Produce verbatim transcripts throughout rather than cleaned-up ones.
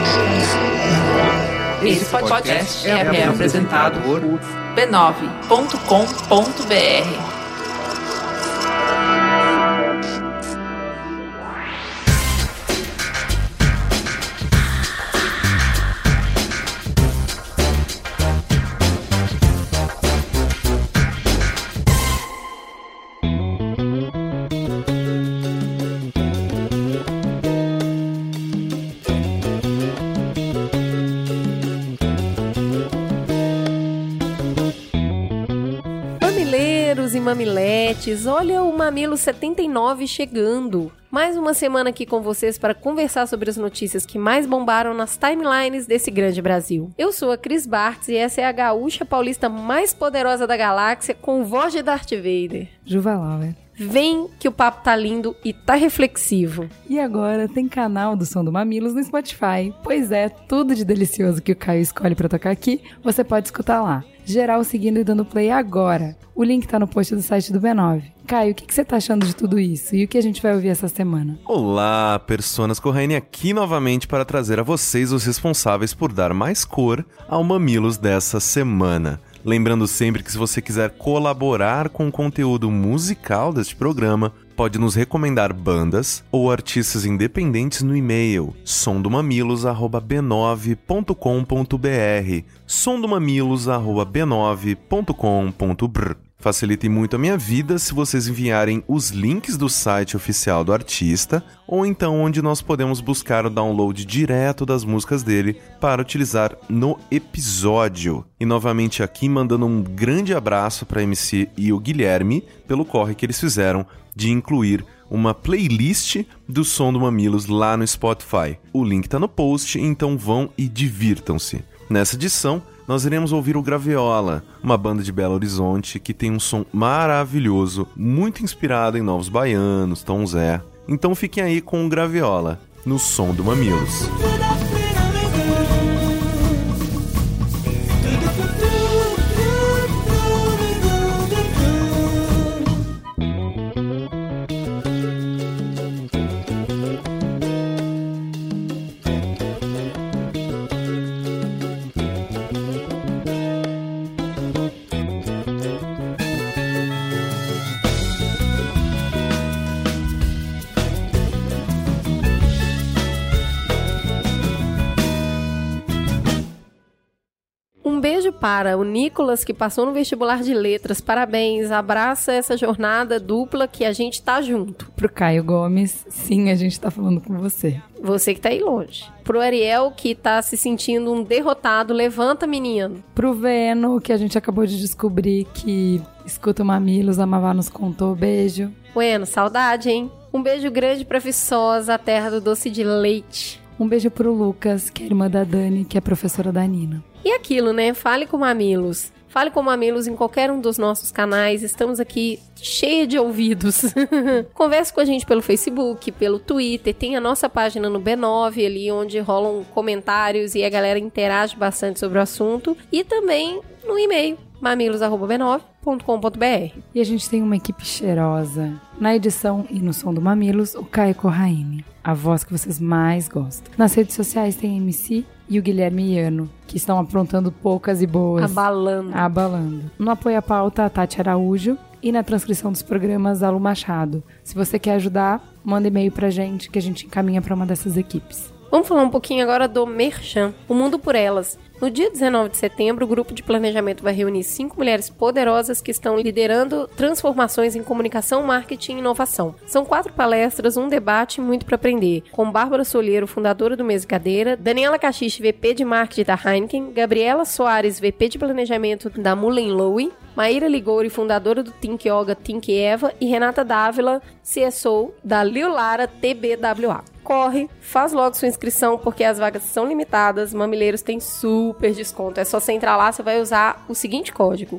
Esse podcast é, é apresentado por b nove ponto com ponto b r. Mamiletes, olha o Mamilo setenta e nove chegando. Mais uma semana aqui com vocês para conversar sobre as notícias que mais bombaram nas timelines desse grande Brasil. Eu sou a Cris Bartz e essa é a gaúcha paulista mais poderosa da galáxia com voz de Darth Vader. Juva Lauer. Vem que o papo tá lindo e tá reflexivo. E agora tem canal do Som do Mamilos no Spotify. Pois é, tudo de delicioso que o Caio escolhe pra tocar aqui, você pode escutar lá. Geral seguindo e dando play agora. O link tá no post do site do B nove. Caio, o que, que você tá achando de tudo isso? E o que a gente vai ouvir essa semana? Olá, Personas Corraine aqui novamente para trazer a vocês os responsáveis por dar mais cor ao Mamilos dessa semana. Lembrando sempre que se você quiser colaborar com o conteúdo musical deste programa, pode nos recomendar bandas ou artistas independentes no e-mail somdomamilos arroba b nove ponto com ponto b r somdomamilos arroba b nove ponto com ponto b r. Facilite muito a minha vida se vocês enviarem os links do site oficial do artista ou então onde nós podemos buscar o download direto das músicas dele para utilizar no episódio. E novamente aqui mandando um grande abraço para a M C e o Guilherme pelo corre que eles fizeram de incluir uma playlist do Som do Mamilos lá no Spotify. O link tá no post, então vão e divirtam-se. Nessa edição, nós iremos ouvir o Graviola, uma banda de Belo Horizonte que tem um som maravilhoso, muito inspirado em Novos Baianos, Tom Zé. Então fiquem aí com o Graviola, no Som do Mamilos. Para o Nicolas, que passou no vestibular de letras, parabéns, abraça essa jornada dupla que a gente tá junto. Pro Caio Gomes, sim, a gente tá falando com você. Você que tá aí longe. Pro Ariel, que tá se sentindo um derrotado, levanta, menino. Pro Veno, que a gente acabou de descobrir que escuta o Mamilos, a Mavá nos contou, beijo. Bueno, saudade, hein? Um beijo grande pra Viçosa, a terra do doce de leite. Um beijo pro Lucas, que é irmã da Dani, que é professora da Nina. E aquilo, né? Fale com Mamilos. Fale com Mamilos em qualquer um dos nossos canais. Estamos aqui cheia de ouvidos. Converse com a gente pelo Facebook, pelo Twitter. Tem a nossa página no B nove ali, onde rolam comentários e a galera interage bastante sobre o assunto. E também no e-mail, mamilos arroba b nove ponto com ponto b r. E a gente tem uma equipe cheirosa. Na edição e no Som do Mamilos, o Caio Corraine, a voz que vocês mais gostam. Nas redes sociais tem a M C e o Guilherme Iano, que estão aprontando poucas e boas. Abalando. Abalando. No Apoio à Pauta, a Tati Araújo. E na transcrição dos programas, a Lu Machado. Se você quer ajudar, manda e-mail pra gente, que a gente encaminha pra uma dessas equipes. Vamos falar um pouquinho agora do Merchan, o Mundo por Elas. No dia dezenove de setembro, o grupo de planejamento vai reunir cinco mulheres poderosas que estão liderando transformações em comunicação, marketing e inovação. São quatro palestras, um debate e muito para aprender, com Bárbara Solheiro, fundadora do Mesa e Cadeira, Daniela Cachiche, V P de marketing da Heineken, Gabriela Soares, V P de planejamento da Mullen Lowe, Maíra Ligori, fundadora do Think Yoga, Think Eva, e Renata Dávila, C S O da Liu Lara T B W A. Corre, faz logo sua inscrição, porque as vagas são limitadas, Mamileiros tem super desconto. É só você entrar lá, você vai usar o seguinte código,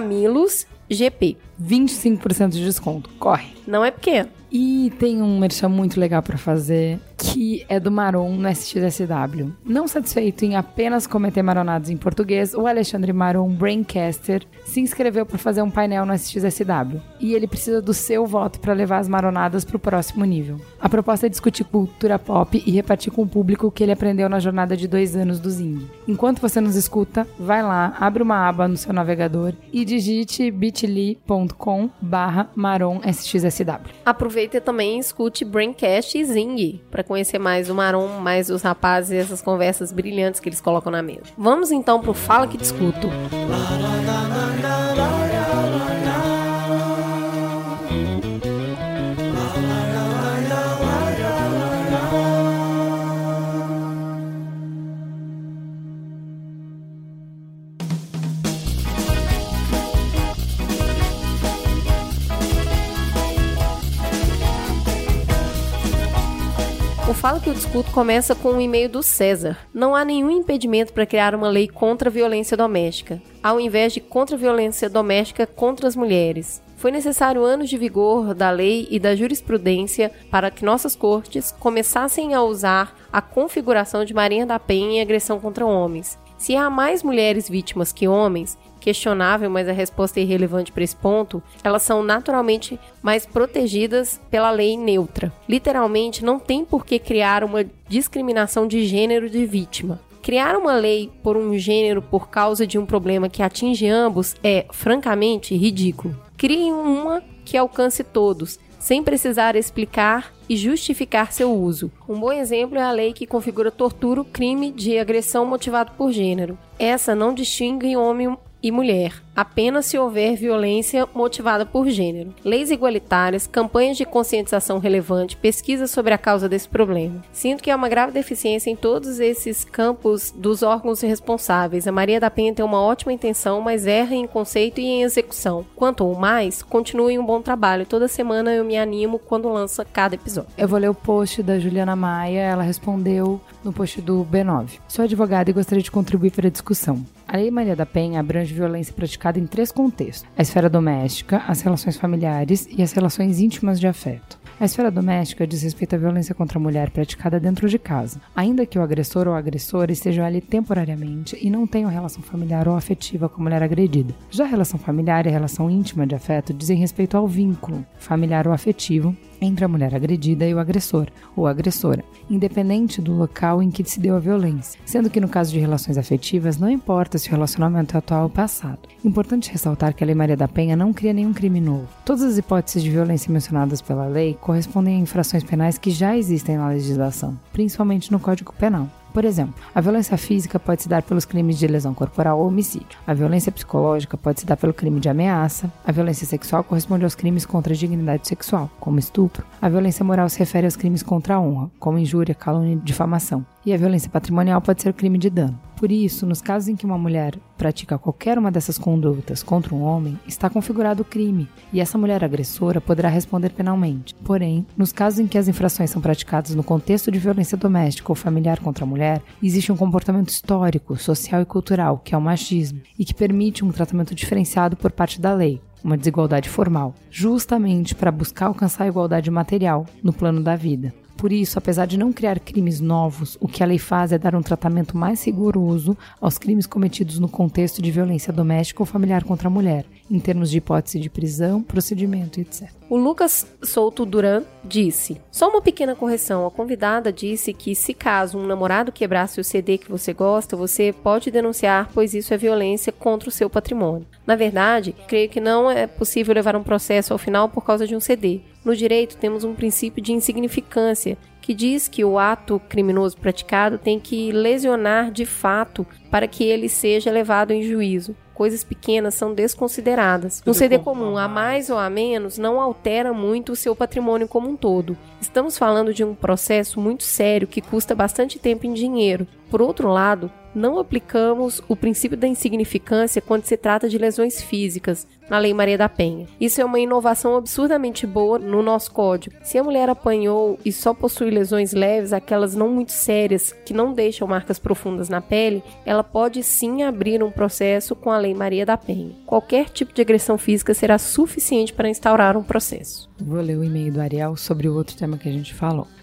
MAMILOSGP. vinte e cinco por cento de desconto, corre. Não é pequeno. E tem um merchan muito legal pra fazer, que é do Maron no S X S W. Não satisfeito em apenas cometer maronadas em português, o Alexandre Maron Braincaster se inscreveu para fazer um painel no S X S W. E ele precisa do seu voto para levar as maronadas para o próximo nível. A proposta é discutir cultura pop e repartir com o público o que ele aprendeu na jornada de dois anos do Zing. Enquanto você nos escuta, vai lá, abre uma aba no seu navegador e digite bit.ly ponto com barra Maron S X S W. Aproveita também e escute Braincast e Zing para conhecer mais o Maron, mais os rapazes e essas conversas brilhantes que eles colocam na mesa. Vamos então pro Fala Que Discuto. O Fala Que Eu Discuto começa com um e-mail do César. Não há nenhum impedimento para criar uma lei contra a violência doméstica, ao invés de contra a violência doméstica contra as mulheres. Foi necessário anos de vigor da lei e da jurisprudência para que nossas cortes começassem a usar a configuração de Maria da Penha em agressão contra homens. Se há mais mulheres vítimas que homens, questionável, mas a resposta é irrelevante para esse ponto, elas são naturalmente mais protegidas pela lei neutra. Literalmente, não tem por que criar uma discriminação de gênero de vítima. Criar uma lei por um gênero por causa de um problema que atinge ambos é, francamente, ridículo. Criem uma que alcance todos, sem precisar explicar e justificar seu uso. Um bom exemplo é a lei que configura tortura, o crime de agressão motivado por gênero. Essa não distingue homem e mulher, apenas se houver violência motivada por gênero. Leis igualitárias, campanhas de conscientização relevante, pesquisas sobre a causa desse problema. Sinto que há uma grave deficiência em todos esses campos dos órgãos responsáveis. A Maria da Penha tem uma ótima intenção, mas erra em conceito e em execução. Quanto ao mais, continue um bom trabalho. Toda semana eu me animo quando lança cada episódio. Eu vou ler o post da Juliana Maia, ela respondeu no post do B nove. Sou advogada e gostaria de contribuir para a discussão. A Lei Maria da Penha abrange violência praticada em três contextos: a esfera doméstica, as relações familiares e as relações íntimas de afeto. A esfera doméstica diz respeito à violência contra a mulher praticada dentro de casa, ainda que o agressor ou a agressora estejam ali temporariamente e não tenham relação familiar ou afetiva com a mulher agredida. Já a relação familiar e a relação íntima de afeto dizem respeito ao vínculo familiar ou afetivo entre a mulher agredida e o agressor ou agressora, independente do local em que se deu a violência, sendo que no caso de relações afetivas não importa se o relacionamento é atual ou passado. Importante ressaltar que a Lei Maria da Penha não cria nenhum crime novo. Todas as hipóteses de violência mencionadas pela lei correspondem a infrações penais que já existem na legislação, principalmente no Código Penal. Por exemplo, a violência física pode se dar pelos crimes de lesão corporal ou homicídio. A violência psicológica pode se dar pelo crime de ameaça. A violência sexual corresponde aos crimes contra a dignidade sexual, como estupro. A violência moral se refere aos crimes contra a honra, como injúria, calúnia e difamação. E a violência patrimonial pode ser o crime de dano. Por isso, nos casos em que uma mulher pratica qualquer uma dessas condutas contra um homem, está configurado o crime, e essa mulher agressora poderá responder penalmente. Porém, nos casos em que as infrações são praticadas no contexto de violência doméstica ou familiar contra a mulher, existe um comportamento histórico, social e cultural, que é o machismo, e que permite um tratamento diferenciado por parte da lei, uma desigualdade formal, justamente para buscar alcançar a igualdade material no plano da vida. Por isso, apesar de não criar crimes novos, o que a lei faz é dar um tratamento mais rigoroso aos crimes cometidos no contexto de violência doméstica ou familiar contra a mulher, em termos de hipótese de prisão, procedimento e etcétera. O Lucas Souto Duran disse: só uma pequena correção, a convidada disse que se caso um namorado quebrasse o C D que você gosta, você pode denunciar, pois isso é violência contra o seu patrimônio. Na verdade, creio que não é possível levar um processo ao final por causa de um C D. No direito, temos um princípio de insignificância, que diz que o ato criminoso praticado tem que lesionar de fato para que ele seja levado em juízo. Coisas pequenas são desconsideradas. Um C D comum, a mais ou a menos, não altera muito o seu patrimônio como um todo. Estamos falando de um processo muito sério que custa bastante tempo em dinheiro. Por outro lado, não aplicamos o princípio da insignificância quando se trata de lesões físicas na Lei Maria da Penha. Isso é uma inovação absurdamente boa no nosso código. Se a mulher apanhou e só possui lesões leves, aquelas não muito sérias, que não deixam marcas profundas na pele, ela pode sim abrir um processo com a Lei Maria da Penha. Qualquer tipo de agressão física será suficiente para instaurar um processo. Vou ler o e-mail do Ariel sobre o outro tema que a gente falou.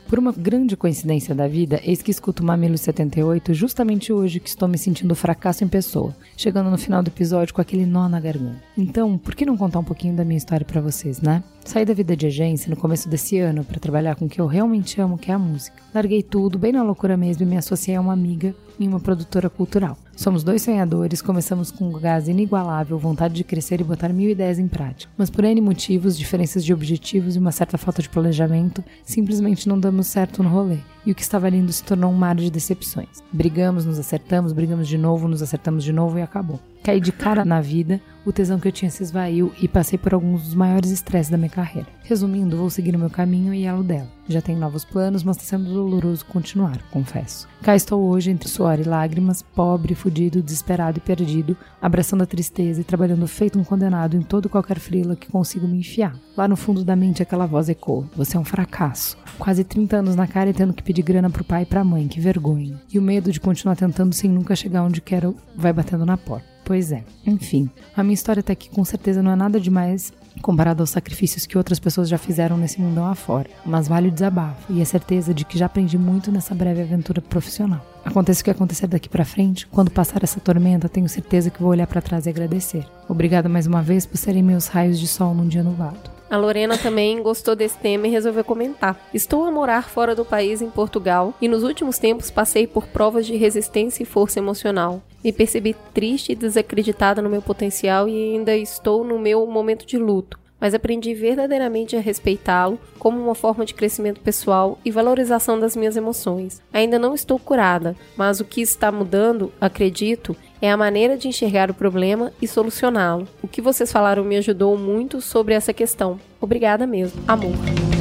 Por uma grande coincidência da vida, eis que escuto o Mamilos setenta e oito justamente hoje que estou me sentindo fracasso em pessoa, chegando no final do episódio com aquele nó na garganta. Então, por que não contar um pouquinho da minha história pra vocês, né? Saí da vida de agência no começo desse ano para trabalhar com o que eu realmente amo, que é a música. Larguei tudo, bem na loucura mesmo, e me associei a uma amiga em uma produtora cultural. Somos dois sonhadores, começamos com um gás inigualável, vontade de crescer e botar mil ideias em prática. Mas por N motivos, diferenças de objetivos e uma certa falta de planejamento, simplesmente não damos certo no rolê. E o que estava lindo se tornou um mar de decepções. Brigamos, nos acertamos, brigamos de novo, nos acertamos de novo e acabou. Caí de cara na vida, o tesão que eu tinha se esvaiu e passei por alguns dos maiores estresses da minha carreira. Resumindo, vou seguir o meu caminho e ela o dela. Já tenho novos planos, mas está sendo doloroso continuar, confesso. Cá estou hoje entre suor e lágrimas, pobre, fudido, desesperado e perdido, abraçando a tristeza e trabalhando feito um condenado em todo e qualquer frila que consigo me enfiar. Lá no fundo da mente aquela voz ecoa: você é um fracasso. Quase trinta anos na cara e tendo que pedir grana pro pai e pra mãe, que vergonha. E o medo de continuar tentando sem nunca chegar onde quero vai batendo na porta. Pois é. Enfim, a minha história até aqui com certeza não é nada demais comparado aos sacrifícios que outras pessoas já fizeram nesse mundão afora. Mas vale o desabafo e a certeza de que já aprendi muito nessa breve aventura profissional. Aconteça o que acontecer daqui pra frente, quando passar essa tormenta, tenho certeza que vou olhar pra trás e agradecer. Obrigada mais uma vez por serem meus raios de sol num dia nublado. A Lorena também gostou desse tema e resolveu comentar. Estou a morar fora do país, em Portugal, e nos últimos tempos passei por provas de resistência e força emocional. Me percebi triste e desacreditada no meu potencial e ainda estou no meu momento de luto. Mas aprendi verdadeiramente a respeitá-lo como uma forma de crescimento pessoal e valorização das minhas emoções. Ainda não estou curada, mas o que está mudando, acredito, é a maneira de enxergar o problema e solucioná-lo. O que vocês falaram me ajudou muito sobre essa questão. Obrigada mesmo. Amor.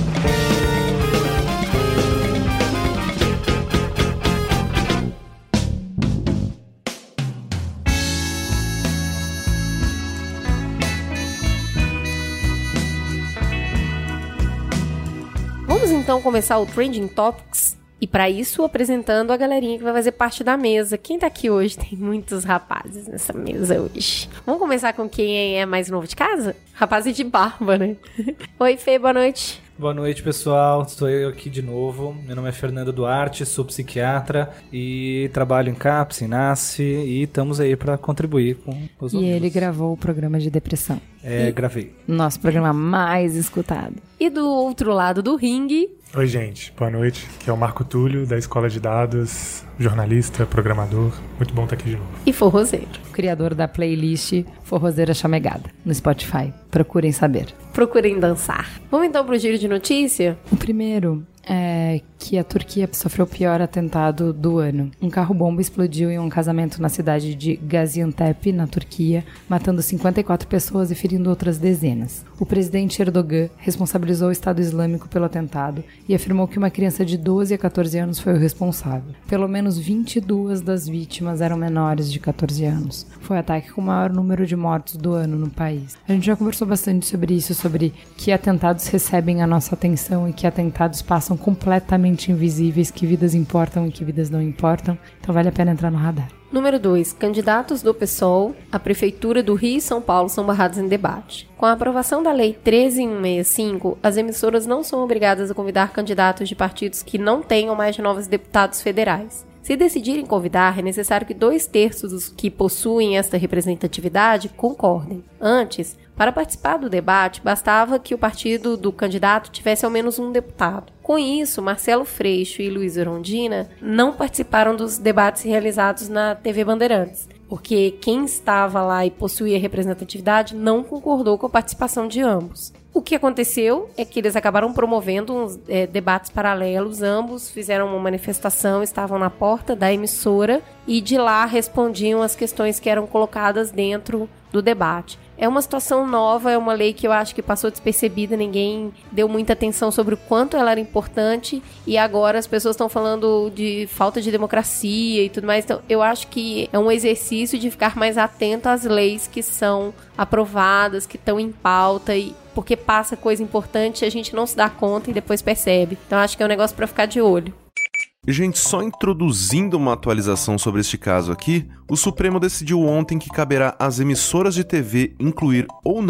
Vamos então começar o Trending Topics. E para isso, apresentando a galerinha que vai fazer parte da mesa. Quem tá aqui hoje? Tem muitos rapazes nessa mesa hoje. Vamos começar com quem é mais novo de casa? Rapaz de barba, né? Oi, Fê, boa noite. Boa noite, pessoal. Estou eu aqui de novo. Meu nome é Fernando Duarte, sou psiquiatra e trabalho em CAPS, em NASF, e estamos aí para contribuir com os E ouvintes. ele gravou o programa de depressão. É, e gravei. Nosso programa mais escutado. E do outro lado do ringue... Oi, gente. Boa noite. Aqui é o Marco Túlio, da Escola de Dados, jornalista, programador. Muito bom estar aqui de novo. E forrozeiro. O criador da playlist Forrozeira Chamegada, no Spotify. Procurem saber. Procurem dançar. Vamos então pro giro de notícia? O primeiro é que a Turquia sofreu o pior atentado do ano. Um carro-bomba explodiu em um casamento na cidade de Gaziantep, na Turquia, matando cinquenta e quatro pessoas e ferindo outras dezenas. O presidente Erdogan responsabilizou o Estado Islâmico pelo atentado e afirmou que uma criança de doze a catorze anos foi o responsável. Pelo menos vinte e duas das vítimas eram menores de catorze anos. Foi o ataque com o maior número de mortos do ano no país. A gente já conversou bastante sobre isso, sobre que atentados recebem a nossa atenção e que atentados passam completamente invisíveis, que vidas importam e que vidas não importam. Então vale a pena entrar no radar. Número dois. Candidatos do PSOL à Prefeitura do Rio e São Paulo são barrados em debate. Com a aprovação da Lei treze mil cento e sessenta e cinco, as emissoras não são obrigadas a convidar candidatos de partidos que não tenham mais de nove deputados federais. Se decidirem convidar, é necessário que dois terços dos que possuem esta representatividade concordem. Antes, para participar do debate, bastava que o partido do candidato tivesse ao menos um deputado. Com isso, Marcelo Freixo e Luiz Erundina não participaram dos debates realizados na T V Bandeirantes, porque quem estava lá e possuía representatividade não concordou com a participação de ambos. O que aconteceu é que eles acabaram promovendo uns é, debates paralelos, ambos fizeram uma manifestação, estavam na porta da emissora e de lá respondiam as questões que eram colocadas dentro do debate. É uma situação nova, é uma lei que eu acho que passou despercebida, ninguém deu muita atenção sobre o quanto ela era importante e agora as pessoas estão falando de falta de democracia e tudo mais. Então eu acho que é um exercício de ficar mais atento às leis que são aprovadas, que estão em pauta, e porque passa coisa importante e a gente não se dá conta e depois percebe. Então acho que é um negócio para ficar de olho. Gente, só introduzindo uma atualização sobre este caso aqui, o Supremo decidiu ontem que caberá às emissoras de T V incluir ou não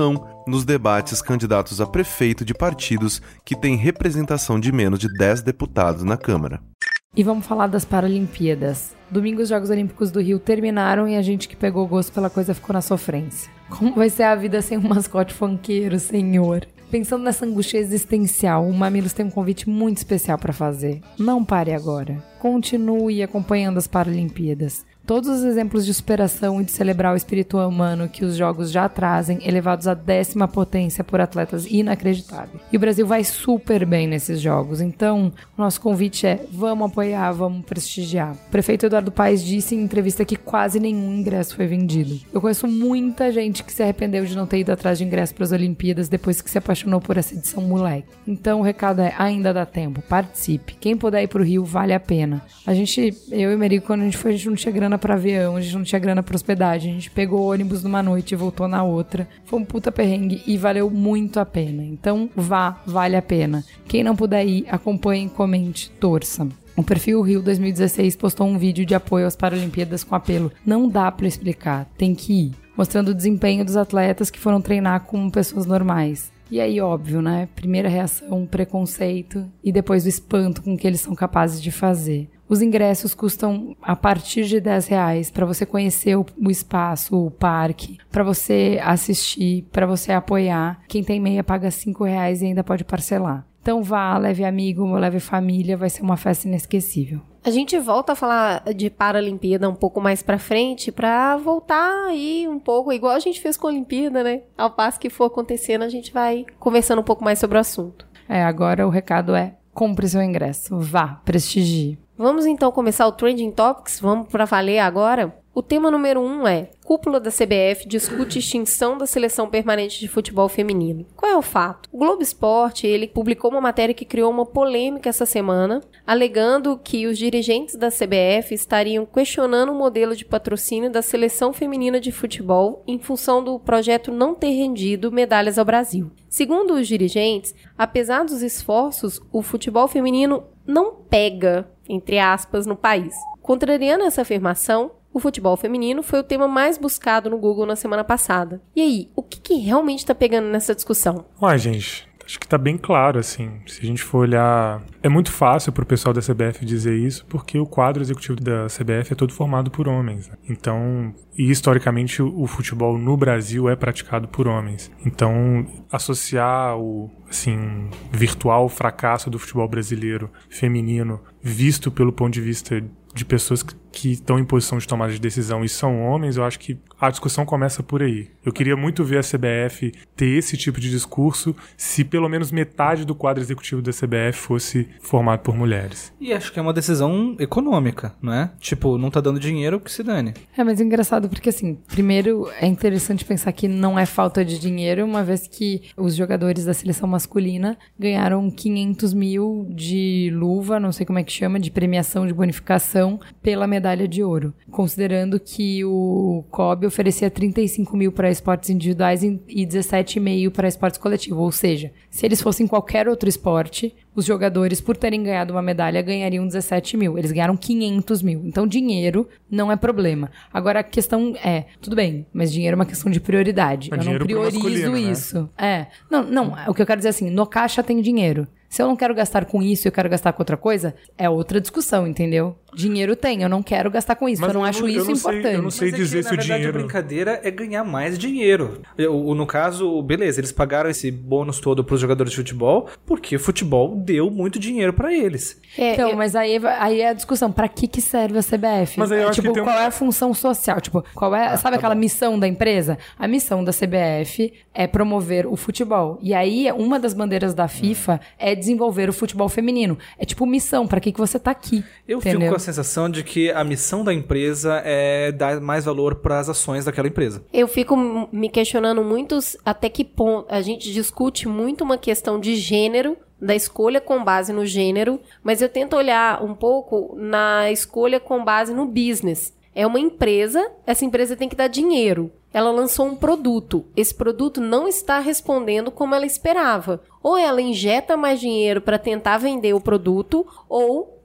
nos debates candidatos a prefeito de partidos que têm representação de menos de dez deputados na Câmara. E vamos falar das Paralimpíadas. Domingo os Jogos Olímpicos do Rio terminaram e a gente que pegou gosto pela coisa ficou na sofrência. Como vai ser a vida sem um mascote funkeiro, senhor? Pensando nessa angústia existencial, o Mamilos tem um convite muito especial para fazer. Não pare agora. Continue acompanhando as Paralimpíadas. Todos os exemplos de superação e de celebrar o espírito humano que os jogos já trazem, elevados à décima potência por atletas inacreditáveis. E o Brasil vai super bem nesses jogos, então o nosso convite é: vamos apoiar, vamos prestigiar. O prefeito Eduardo Paes disse em entrevista que quase nenhum ingresso foi vendido. Eu conheço muita gente que se arrependeu de não ter ido atrás de ingresso para as Olimpíadas depois que se apaixonou por essa edição moleque. Então o recado é: ainda dá tempo, participe. Quem puder ir pro Rio, vale a pena. A gente, eu e o Merigo, quando a gente foi, a gente não tinha grana para avião, a gente não tinha grana para hospedagem, a gente pegou o ônibus numa noite e voltou na outra. Foi um puta perrengue e valeu muito a pena. Então vá, vale a pena. Quem não puder ir, acompanhe, comente, torça. O perfil Rio dois mil e dezesseis postou um vídeo de apoio às Paralimpíadas com apelo: não dá para explicar, tem que ir, mostrando o desempenho dos atletas que foram treinar como pessoas normais. E aí, óbvio, né? Primeira reação, preconceito, e depois o espanto com o que eles são capazes de fazer. Os ingressos custam a partir de dez reais para você conhecer o, o espaço, o parque, para você assistir, para você apoiar. Quem tem meia paga cinco reais e ainda pode parcelar. Então vá, leve amigo, leve família, vai ser uma festa inesquecível. A gente volta a falar de Paralimpíada um pouco mais pra frente, pra voltar aí um pouco, igual a gente fez com a Olimpíada, né? Ao passo que for acontecendo, a gente vai conversando um pouco mais sobre o assunto. É, agora o recado é: compre seu ingresso, vá, prestigie. Vamos então começar o Trending Topics, vamos pra valer agora? O tema número um é: Cúpula da C B F discute extinção da seleção permanente de futebol feminino. Qual é o fato? O Globo Esporte, ele publicou uma matéria que criou uma polêmica essa semana, alegando que os dirigentes da C B F estariam questionando o modelo de patrocínio da seleção feminina de futebol em função do projeto não ter rendido medalhas ao Brasil. Segundo os dirigentes, apesar dos esforços, o futebol feminino não pega, entre aspas, no país. Contrariando essa afirmação, o futebol feminino foi o tema mais buscado no Google na semana passada. E aí, o que, que realmente está pegando nessa discussão? Uai, gente, acho que tá bem claro, assim. Se a gente for olhar... É muito fácil pro pessoal da C B F dizer isso, porque o quadro executivo da C B F é todo formado por homens. Então, e historicamente o, o futebol no Brasil é praticado por homens. Então, associar o, assim, virtual fracasso do futebol brasileiro feminino, visto pelo ponto de vista de pessoas que estão em posição de tomada de decisão e são homens, eu acho que a discussão começa por aí. Eu queria muito ver a C B F ter esse tipo de discurso se pelo menos metade do quadro executivo da C B F fosse formado por mulheres. E acho que é uma decisão econômica, não é? Tipo, não tá dando dinheiro, que se dane. É, mas é engraçado porque, assim, primeiro é interessante pensar que não é falta de dinheiro, uma vez que os jogadores da seleção masculina ganharam quinhentos mil de luva, não sei como é que chama, de premiação de bonificação pela medalha de ouro, considerando que o C O B oferecia trinta e cinco mil para esportes individuais e dezessete vírgula cinco para esportes coletivos, ou seja, se eles fossem qualquer outro esporte, os jogadores, por terem ganhado uma medalha, ganhariam dezessete mil. Eles ganharam quinhentos mil. Então, dinheiro não é problema. Agora, a questão é, tudo bem, mas dinheiro é uma questão de prioridade. Mas eu não priorizo isso. Né? É. Não, não, o que eu quero dizer é assim, no caixa tem dinheiro. Se eu não quero gastar com isso e eu quero gastar com outra coisa, é outra discussão, entendeu? Dinheiro tem, eu não quero gastar com isso, mas eu não eu acho não, isso eu não importante. Sei, eu não sei mas dizer é que, se o na verdade, dinheiro... a brincadeira é ganhar mais dinheiro. Eu, no caso, beleza, eles pagaram esse bônus todo pros jogadores de futebol porque o futebol deu muito dinheiro pra eles. É, então, eu... mas aí, aí é a discussão, pra que que serve a C B F? Mas aí eu é, acho tipo, que tem qual um... é a função social? Tipo, qual é, ah, sabe tá aquela bom. missão da empresa? A missão da C B F é promover o futebol. E aí, uma das bandeiras da FIFA hum. é desenvolver o futebol feminino. É tipo missão, pra que que você tá aqui? Eu entendeu? fico com a sensação de que a missão da empresa é dar mais valor pras ações daquela empresa. Eu fico me questionando muito até que ponto a gente discute muito uma questão de gênero, da escolha com base no gênero, mas eu tento olhar um pouco na escolha com base no business. É uma empresa, essa empresa tem que dar dinheiro. Ela lançou um produto. Esse produto não está respondendo como ela esperava. Ou ela injeta mais dinheiro para tentar vender o produto, ou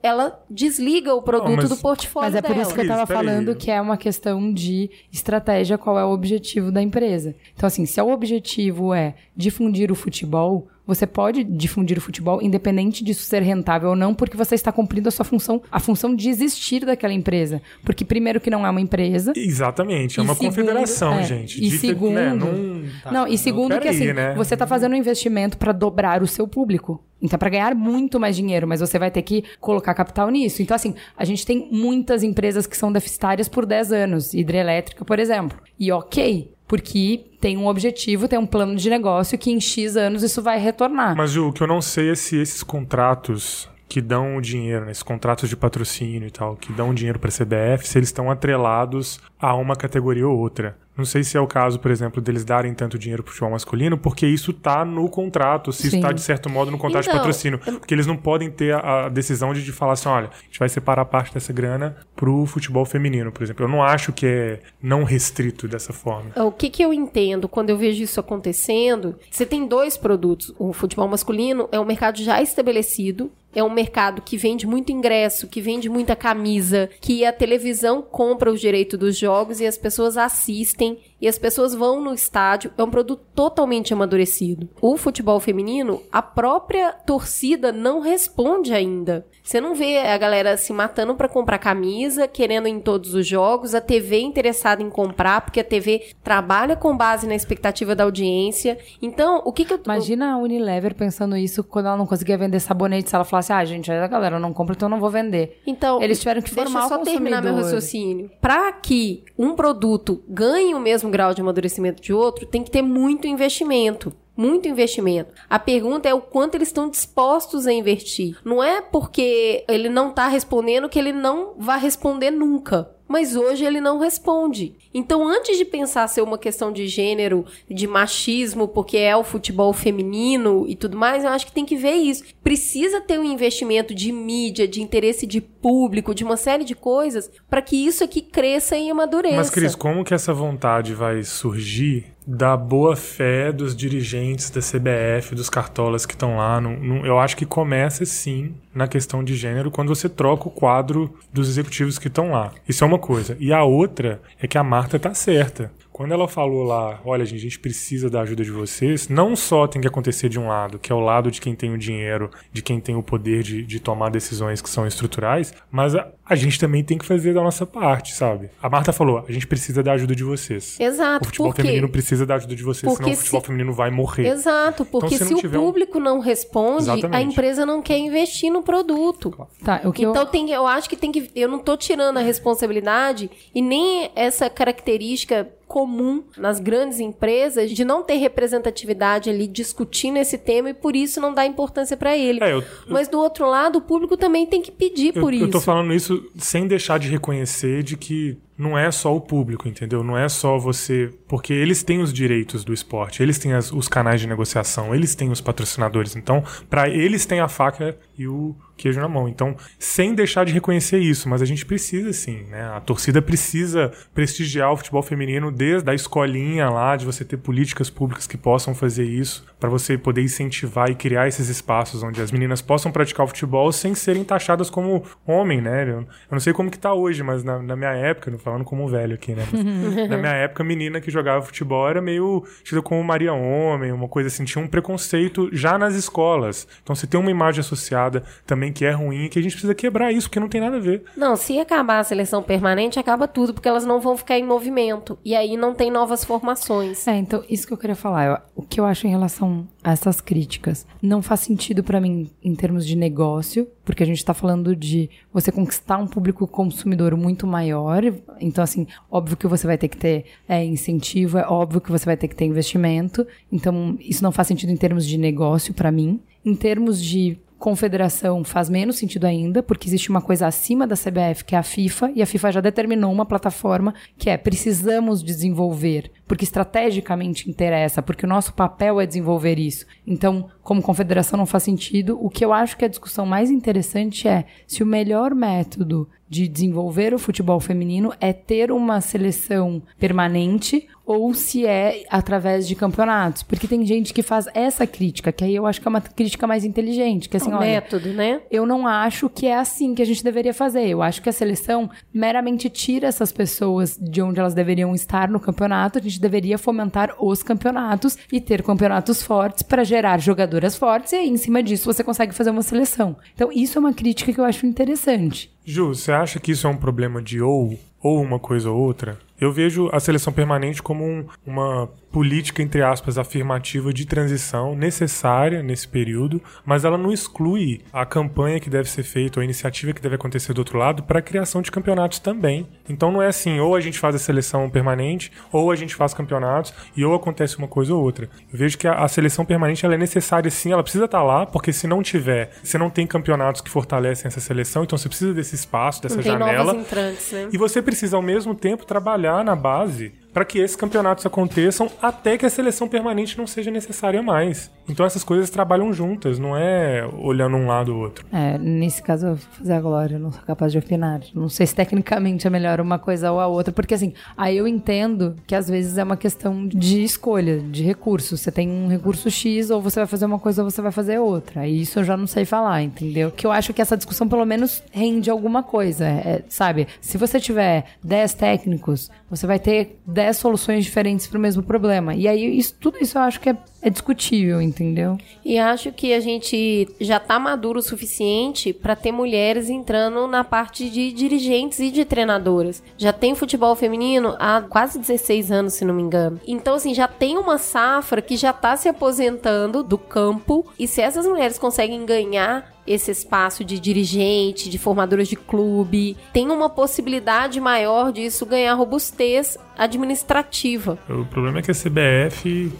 ela desliga o produto Não, mas- do portfólio Mas é por dela. isso que eu tava Espera aí. falando que é uma questão de estratégia, qual é o objetivo da empresa. Então, assim, se o objetivo é difundir o futebol, você pode difundir o futebol independente disso ser rentável ou não, porque você está cumprindo a sua função, a função de existir daquela empresa. Porque primeiro que não é uma empresa. Exatamente, é E uma segundo, confederação, é, gente. e De- segundo- né, não- Não, e segundo que peraí, assim, né? você tá fazendo um investimento para dobrar o seu público. Então, para ganhar muito mais dinheiro, mas você vai ter que colocar capital nisso. Então, assim, a gente tem muitas empresas que são deficitárias por dez anos. Hidrelétrica, por exemplo. E ok, porque tem um objetivo, tem um plano de negócio que em X anos isso vai retornar. Mas Ju, o que eu não sei é se esses contratos que dão o dinheiro, né, esses contratos de patrocínio e tal, que dão dinheiro para a C B F, se eles estão atrelados a uma categoria ou outra. Não sei se é o caso, por exemplo, deles darem tanto dinheiro pro futebol masculino, porque isso tá no contrato, se isso Sim. tá, de certo modo, no contrato Então, de patrocínio. Porque eles não podem ter a, a decisão de, de falar assim, olha, a gente vai separar parte dessa grana pro futebol feminino, por exemplo. Eu não acho que é não restrito dessa forma. O que que eu entendo quando eu vejo isso acontecendo? Você tem dois produtos. O futebol masculino é um mercado já estabelecido, é um mercado que vende muito ingresso, que vende muita camisa, que a televisão compra os direitos dos jogos e as pessoas assistem e as pessoas vão no estádio. É um produto totalmente amadurecido. O futebol feminino, a própria torcida não responde ainda. Você não vê a galera se matando pra comprar camisa, querendo ir em todos os jogos, a T V interessada em comprar, porque a T V trabalha com base na expectativa da audiência. Então, o que que eu... Imagina a Unilever pensando isso quando ela não conseguia vender sabonete, se ela falasse, ah, gente, aí a galera não compra, então eu não vou vender. Então, Eles tiveram que formar deixa eu só o terminar meu consumidor. raciocínio. Para que um produto ganhe o mesmo grau de amadurecimento de outro, tem que ter muito investimento. Muito investimento. A pergunta é o quanto eles estão dispostos a investir. Não é porque ele não está respondendo que ele não vai responder nunca. Mas hoje ele não responde. Então, antes de pensar ser uma questão de gênero, de machismo, porque é o futebol feminino e tudo mais, eu acho que tem que ver isso. Precisa ter um investimento de mídia, de interesse de público, de uma série de coisas, para que isso aqui cresça e amadureça. Mas, Cris, como que essa vontade vai surgir da boa fé dos dirigentes da C B F, dos cartolas que estão lá? No, no, eu acho que começa, sim, na questão de gênero, quando você troca o quadro dos executivos que estão lá. Isso é uma coisa. E a outra é que a Marta tá certa. Quando ela falou lá, olha, gente, a gente precisa da ajuda de vocês, não só tem que acontecer de um lado, que é o lado de quem tem o dinheiro, de quem tem o poder de, de tomar decisões que são estruturais, mas a, a gente também tem que fazer da nossa parte, sabe? A Marta falou, a gente precisa da ajuda de vocês. Exato. O futebol porque... feminino precisa da ajuda de vocês, Porque senão o futebol se- feminino vai morrer. Exato, porque Então, se se, não o tiver um- público não responde, Exatamente. a empresa não quer investir no produto. Tá, o que Então eu... tem, eu acho que tem que. Eu não tô tirando a responsabilidade e nem essa característica comum nas grandes empresas de não ter representatividade ali discutindo esse tema e por isso não dá importância para ele. É, eu- Mas do outro lado, o público também tem que pedir Eu, por eu isso. tô falando isso sem deixar de reconhecer de que não é só o público, entendeu? Não é só você... Porque eles têm os direitos do esporte, eles têm as- os canais de negociação, eles têm os patrocinadores. Então, para eles tem a faca e o queijo na mão. Então, sem deixar de reconhecer isso, mas a gente precisa sim, né? A torcida precisa prestigiar o futebol feminino desde a escolinha lá, de você ter políticas públicas que possam fazer isso, para você poder incentivar e criar esses espaços onde as meninas possam praticar o futebol sem serem taxadas como homem, né? Eu, eu não sei como que tá hoje, mas na, na minha época, não falando como velho aqui, né? Mas na minha época, a menina que jogava futebol era meio tida como Maria Homem, uma coisa assim, tinha um preconceito já nas escolas. Então, você tem uma imagem associada também que é ruim, que a gente precisa quebrar isso, porque não tem nada a ver. Não, se acabar a seleção permanente, acaba tudo, porque elas não vão ficar em movimento. E aí não tem novas formações. É, então, isso que eu queria falar. Eu- o que eu acho em relação a essas críticas não faz sentido pra mim em termos de negócio, porque a gente tá falando de você conquistar um público consumidor muito maior. Então, assim, óbvio que você vai ter que ter é, incentivo, é óbvio que você vai ter que ter investimento. Então, isso não faz sentido em termos de negócio pra mim. Em termos de confederação faz menos sentido ainda, porque existe uma coisa acima da C B F, que é a FIFA, e a FIFA já determinou uma plataforma que é precisamos desenvolver, porque estrategicamente interessa, porque o nosso papel é desenvolver isso. Então, como confederação não faz sentido. O que eu acho que a discussão mais interessante é se o melhor método de desenvolver o futebol feminino é ter uma seleção permanente ou se é através de campeonatos. Porque tem gente que faz essa crítica, que aí eu acho que é uma crítica mais inteligente. Que, assim, o olha, método, né? Eu não acho que é assim que a gente deveria fazer. Eu acho que a seleção meramente tira essas pessoas de onde elas deveriam estar no campeonato. A gente deveria fomentar os campeonatos e ter campeonatos fortes para gerar jogadoras fortes e aí, em cima disso, você consegue fazer uma seleção. Então, isso é uma crítica que eu acho interessante. Ju, você acha que isso é um problema de ou, ou uma coisa ou outra? Eu vejo a seleção permanente como um, uma política, entre aspas, afirmativa de transição necessária nesse período, mas ela não exclui a campanha que deve ser feita, ou a iniciativa que deve acontecer do outro lado para a criação de campeonatos também. Então não é assim, ou a gente faz a seleção permanente, ou a gente faz campeonatos, e ou acontece uma coisa ou outra. Eu vejo que a, a seleção permanente ela é necessária sim, ela precisa estar lá, porque se não tiver, você não tem campeonatos que fortalecem essa seleção, então você precisa desse espaço, dessa não tem janela. Novos entrantes, né? E você precisa ao mesmo tempo trabalhar na base para que esses campeonatos aconteçam até que a seleção permanente não seja necessária mais. Então essas coisas trabalham juntas, não é olhando um lado ou outro. É, nesse caso eu vou fazer a Glória, eu não sou capaz de opinar. Não sei se tecnicamente é melhor uma coisa ou a outra, porque assim, aí eu entendo que às vezes é uma questão de escolha, de recurso. Você tem um recurso X, ou você vai fazer uma coisa ou você vai fazer outra. E isso eu já não sei falar, entendeu? Que eu acho que essa discussão pelo menos rende alguma coisa, é, sabe? Se você tiver dez técnicos, você vai ter dez soluções diferentes para o mesmo problema. E aí, isso, tudo isso eu acho que é, é discutível, entendeu? E acho que a gente já tá maduro o suficiente para ter mulheres entrando na parte de dirigentes e de treinadoras. Já tem futebol feminino há quase dezesseis anos, se não me engano. Então, assim, já tem uma safra que já tá se aposentando do campo. E se essas mulheres conseguem ganhar esse espaço de dirigente, de formadoras de clube, tem uma possibilidade maior disso ganhar robustez administrativa. O problema é que a C B F...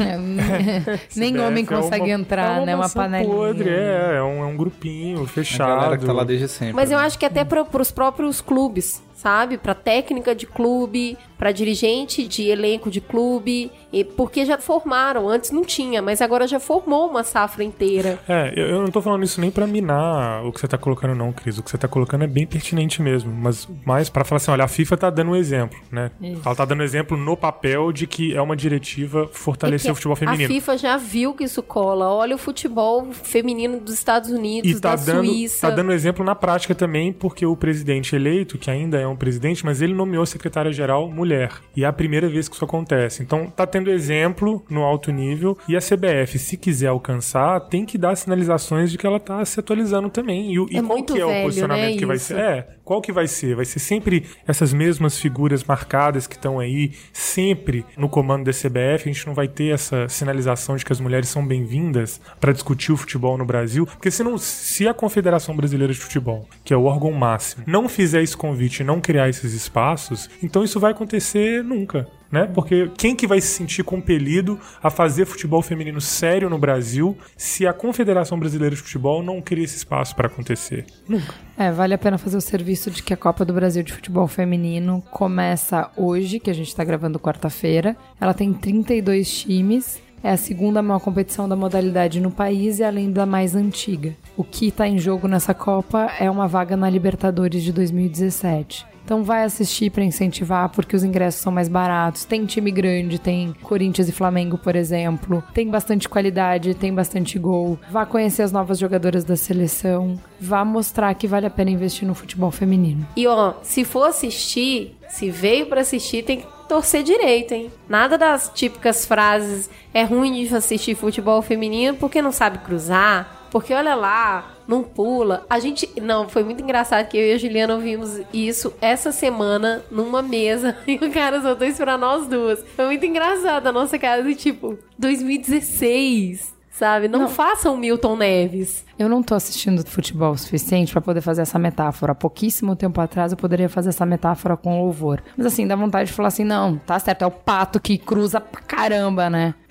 Nem C B F homem é consegue uma, entrar, é uma né? Uma panelinha. Podre, é, é um, é um grupinho fechado. A galera que tá lá desde sempre. Mas eu né? acho que até para os próprios clubes, sabe? Para técnica de clube, para dirigente de elenco de clube, e porque já formaram, antes não tinha, mas agora já formou uma safra inteira. É, eu, eu não tô falando isso nem pra minar o que você tá colocando não, Cris. O que você tá colocando é bem pertinente mesmo, mas mais pra falar assim, olha, a FIFA tá dando um exemplo, né? Isso. Ela tá dando um exemplo no papel de que é uma diretiva fortalecer é o futebol feminino. A FIFA já viu que isso cola. Olha o futebol feminino dos Estados Unidos, e tá da dando, Suíça. Tá dando exemplo na prática também, porque o presidente eleito, que ainda é um presidente, mas ele nomeou secretária-geral mulher. E é a primeira vez que isso acontece. Então tá tendo exemplo no alto nível, e a C B F, se quiser alcançar, tem que dar sinalizações de que ela tá se atualizando também. E, e é qual muito que é velho, o posicionamento né, que vai isso? ser? É, qual que vai ser? Vai ser sempre essas mesmas figuras marcadas que estão aí, sempre no comando da C B F. A gente não vai ter essa sinalização de que as mulheres são bem-vindas para discutir o futebol no Brasil, porque se, não, se a Confederação Brasileira de Futebol, que é o órgão máximo, não fizer esse convite e não criar esses espaços, então isso vai acontecer nunca. Né? Porque quem que vai se sentir compelido a fazer futebol feminino sério no Brasil se a Confederação Brasileira de Futebol não cria esse espaço para acontecer? Nunca. É, vale a pena fazer o serviço de que a Copa do Brasil de Futebol Feminino começa hoje, que a gente tá gravando quarta-feira. Ela tem trinta e dois times. É a segunda maior competição da modalidade no país e além da mais antiga. O que está em jogo nessa Copa é uma vaga na Libertadores de dois mil e dezessete. Então vai assistir para incentivar, porque os ingressos são mais baratos. Tem time grande, tem Corinthians e Flamengo, por exemplo. Tem bastante qualidade, tem bastante gol. Vá conhecer as novas jogadoras da seleção. Vá mostrar que vale a pena investir no futebol feminino. E ó, se for assistir, se veio para assistir, tem que torcer direito, hein? Nada das típicas frases, é ruim de assistir futebol feminino porque não sabe cruzar, porque olha lá, não pula. A gente, não, foi muito engraçado que eu e a Juliana ouvimos isso essa semana numa mesa e o cara soltou isso pra nós duas. Foi muito engraçado a nossa cara de tipo, dois mil e dezesseis, sabe? Não, não façam Milton Neves. Eu não tô assistindo futebol o suficiente pra poder fazer essa metáfora. Há pouquíssimo tempo atrás eu poderia fazer essa metáfora com louvor. Mas assim, dá vontade de falar assim, não, tá certo, é o pato que cruza pra caramba, né?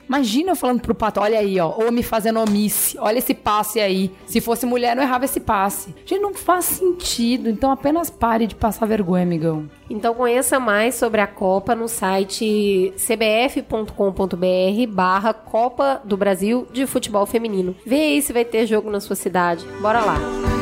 Imagina eu falando pro pato, olha aí, ó, homem fazendo omisse, olha esse passe aí. Se fosse mulher, não errava esse passe. Gente, não faz sentido, então apenas pare de passar vergonha, amigão. Então conheça mais sobre a Copa no site c b f ponto com ponto b r barra Copa do Brasil de Futebol Feminino. Vê aí se vai ter jogo na sua cidade. Bora lá.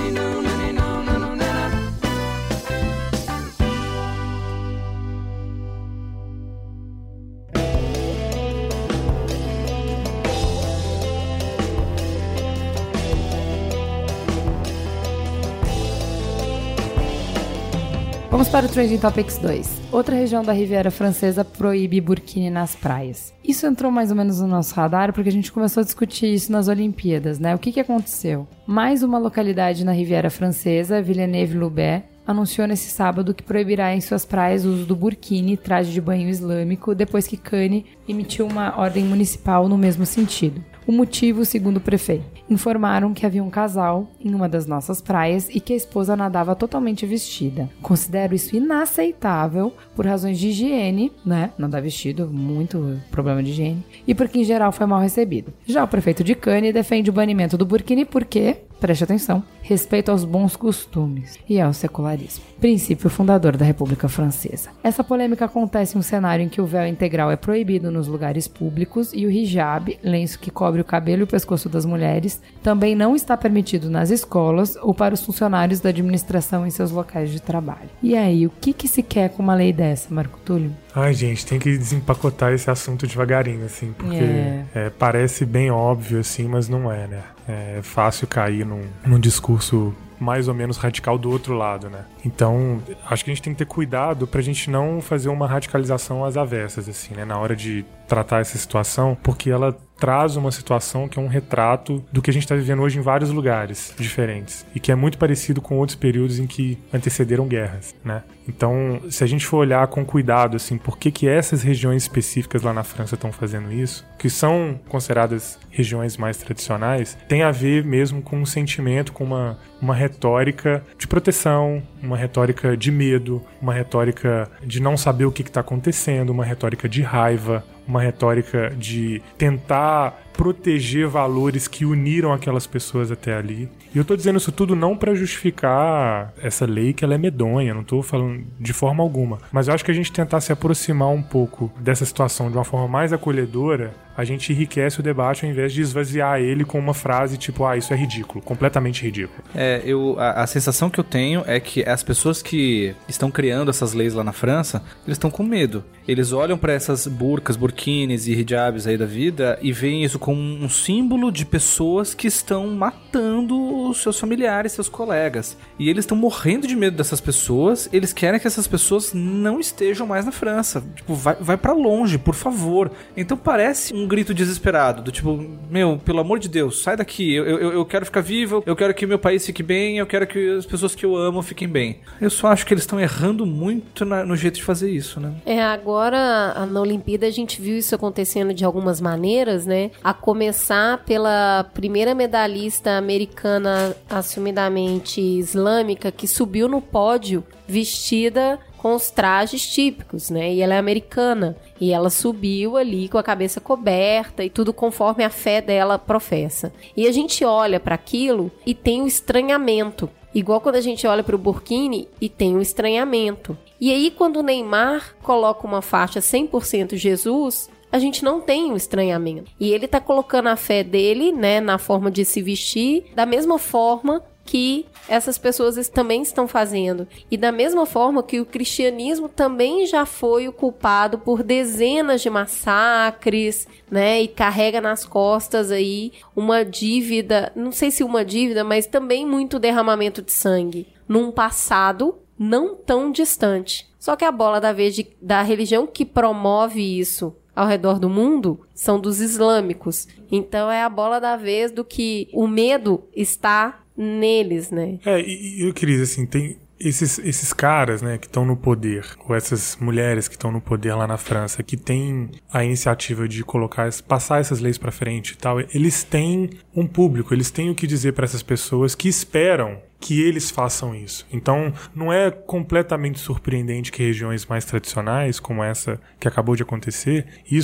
Vamos para o Trending Topics dois. Outra região da Riviera Francesa proíbe burkini nas praias. Isso entrou mais ou menos no nosso radar porque a gente começou a discutir isso nas Olimpíadas, né? O que que aconteceu? Mais uma localidade na Riviera Francesa, Villeneuve-Loubet, anunciou nesse sábado que proibirá em suas praias o uso do burkini, traje de banho islâmico, depois que Cannes emitiu uma ordem municipal no mesmo sentido. O motivo, segundo o prefeito, informaram que havia um casal em uma das nossas praias e que a esposa nadava totalmente vestida. Considero isso inaceitável por razões de higiene, né? Nadar vestido, muito problema de higiene, e porque em geral foi mal recebido. Já o prefeito de Cannes defende o banimento do burkini porque, preste atenção, respeito aos bons costumes e ao secularismo, princípio fundador da República Francesa. Essa polêmica acontece em um cenário em que o véu integral é proibido nos lugares públicos e o hijab, lenço que cobre o cabelo e o pescoço das mulheres, também não está permitido nas escolas ou para os funcionários da administração em seus locais de trabalho. E aí, o que que se quer com uma lei dessa, Marco Túlio? Ai, gente, tem que desempacotar esse assunto devagarinho, assim, porque é. É, parece bem óbvio, assim, mas não é, né? É fácil cair num, num discurso mais ou menos radical do outro lado, né? Então, acho que a gente tem que ter cuidado pra gente não fazer uma radicalização às avessas, assim, né? Na hora de tratar essa situação, porque ela traz uma situação que é um retrato do que a gente está vivendo hoje em vários lugares diferentes e que é muito parecido com outros períodos em que antecederam guerras, né? Então, se a gente for olhar com cuidado, assim, por que que essas regiões específicas lá na França estão fazendo isso, que são consideradas regiões mais tradicionais, tem a ver mesmo com um sentimento, com uma, uma retórica de proteção, uma retórica de medo, uma retórica de não saber o que está acontecendo, uma retórica de raiva, uma retórica de tentar proteger valores que uniram aquelas pessoas até ali. E eu tô dizendo isso tudo não para justificar essa lei, que ela é medonha, não tô falando de forma alguma. Mas eu acho que a gente tentar se aproximar um pouco dessa situação de uma forma mais acolhedora, a gente enriquece o debate ao invés de esvaziar ele com uma frase tipo, ah, isso é ridículo, completamente ridículo. É, eu, a, a sensação que eu tenho é que as pessoas que estão criando essas leis lá na França, eles estão com medo. Eles olham para essas burcas, burkinis e hijabs aí da vida e veem isso como um símbolo de pessoas que estão matando os seus familiares, seus colegas. E eles estão morrendo de medo dessas pessoas, eles querem que essas pessoas não estejam mais na França. Tipo, vai, vai para longe, por favor. Então parece um grito desesperado, do tipo, meu, pelo amor de Deus, sai daqui, eu, eu, eu quero ficar vivo, eu quero que meu país fique bem, eu quero que as pessoas que eu amo fiquem bem. Eu só acho que eles estão errando muito na, no jeito de fazer isso, né? É, agora na Olimpíada a gente viu isso acontecendo de algumas maneiras, né? A começar pela primeira medalhista americana assumidamente islâmica que subiu no pódio vestida com os trajes típicos, né? E ela é americana. E ela subiu ali com a cabeça coberta e tudo conforme a fé dela professa. E a gente olha para aquilo e tem o estranhamento. Igual quando a gente olha para o burkini e tem o estranhamento. E aí quando o Neymar coloca uma faixa cem por cento Jesus, a gente não tem o estranhamento. E ele tá colocando a fé dele, né, na forma de se vestir, da mesma forma que essas pessoas também estão fazendo. E da mesma forma que o cristianismo também já foi o culpado por dezenas de massacres, né? E carrega nas costas aí uma dívida, não sei se uma dívida, mas também muito derramamento de sangue num passado não tão distante. Só que a bola da vez de, da religião que promove isso ao redor do mundo são dos islâmicos. Então é a bola da vez do que o medo está neles, né? É, e eu queria, assim, tem esses, esses caras, né, que estão no poder, ou essas mulheres que estão no poder lá na França, que têm a iniciativa de colocar, passar essas leis pra frente e tal, eles têm um público, eles têm o que dizer pra essas pessoas que esperam que eles façam isso. Então, não é completamente surpreendente que regiões mais tradicionais, como essa que acabou de acontecer, isso que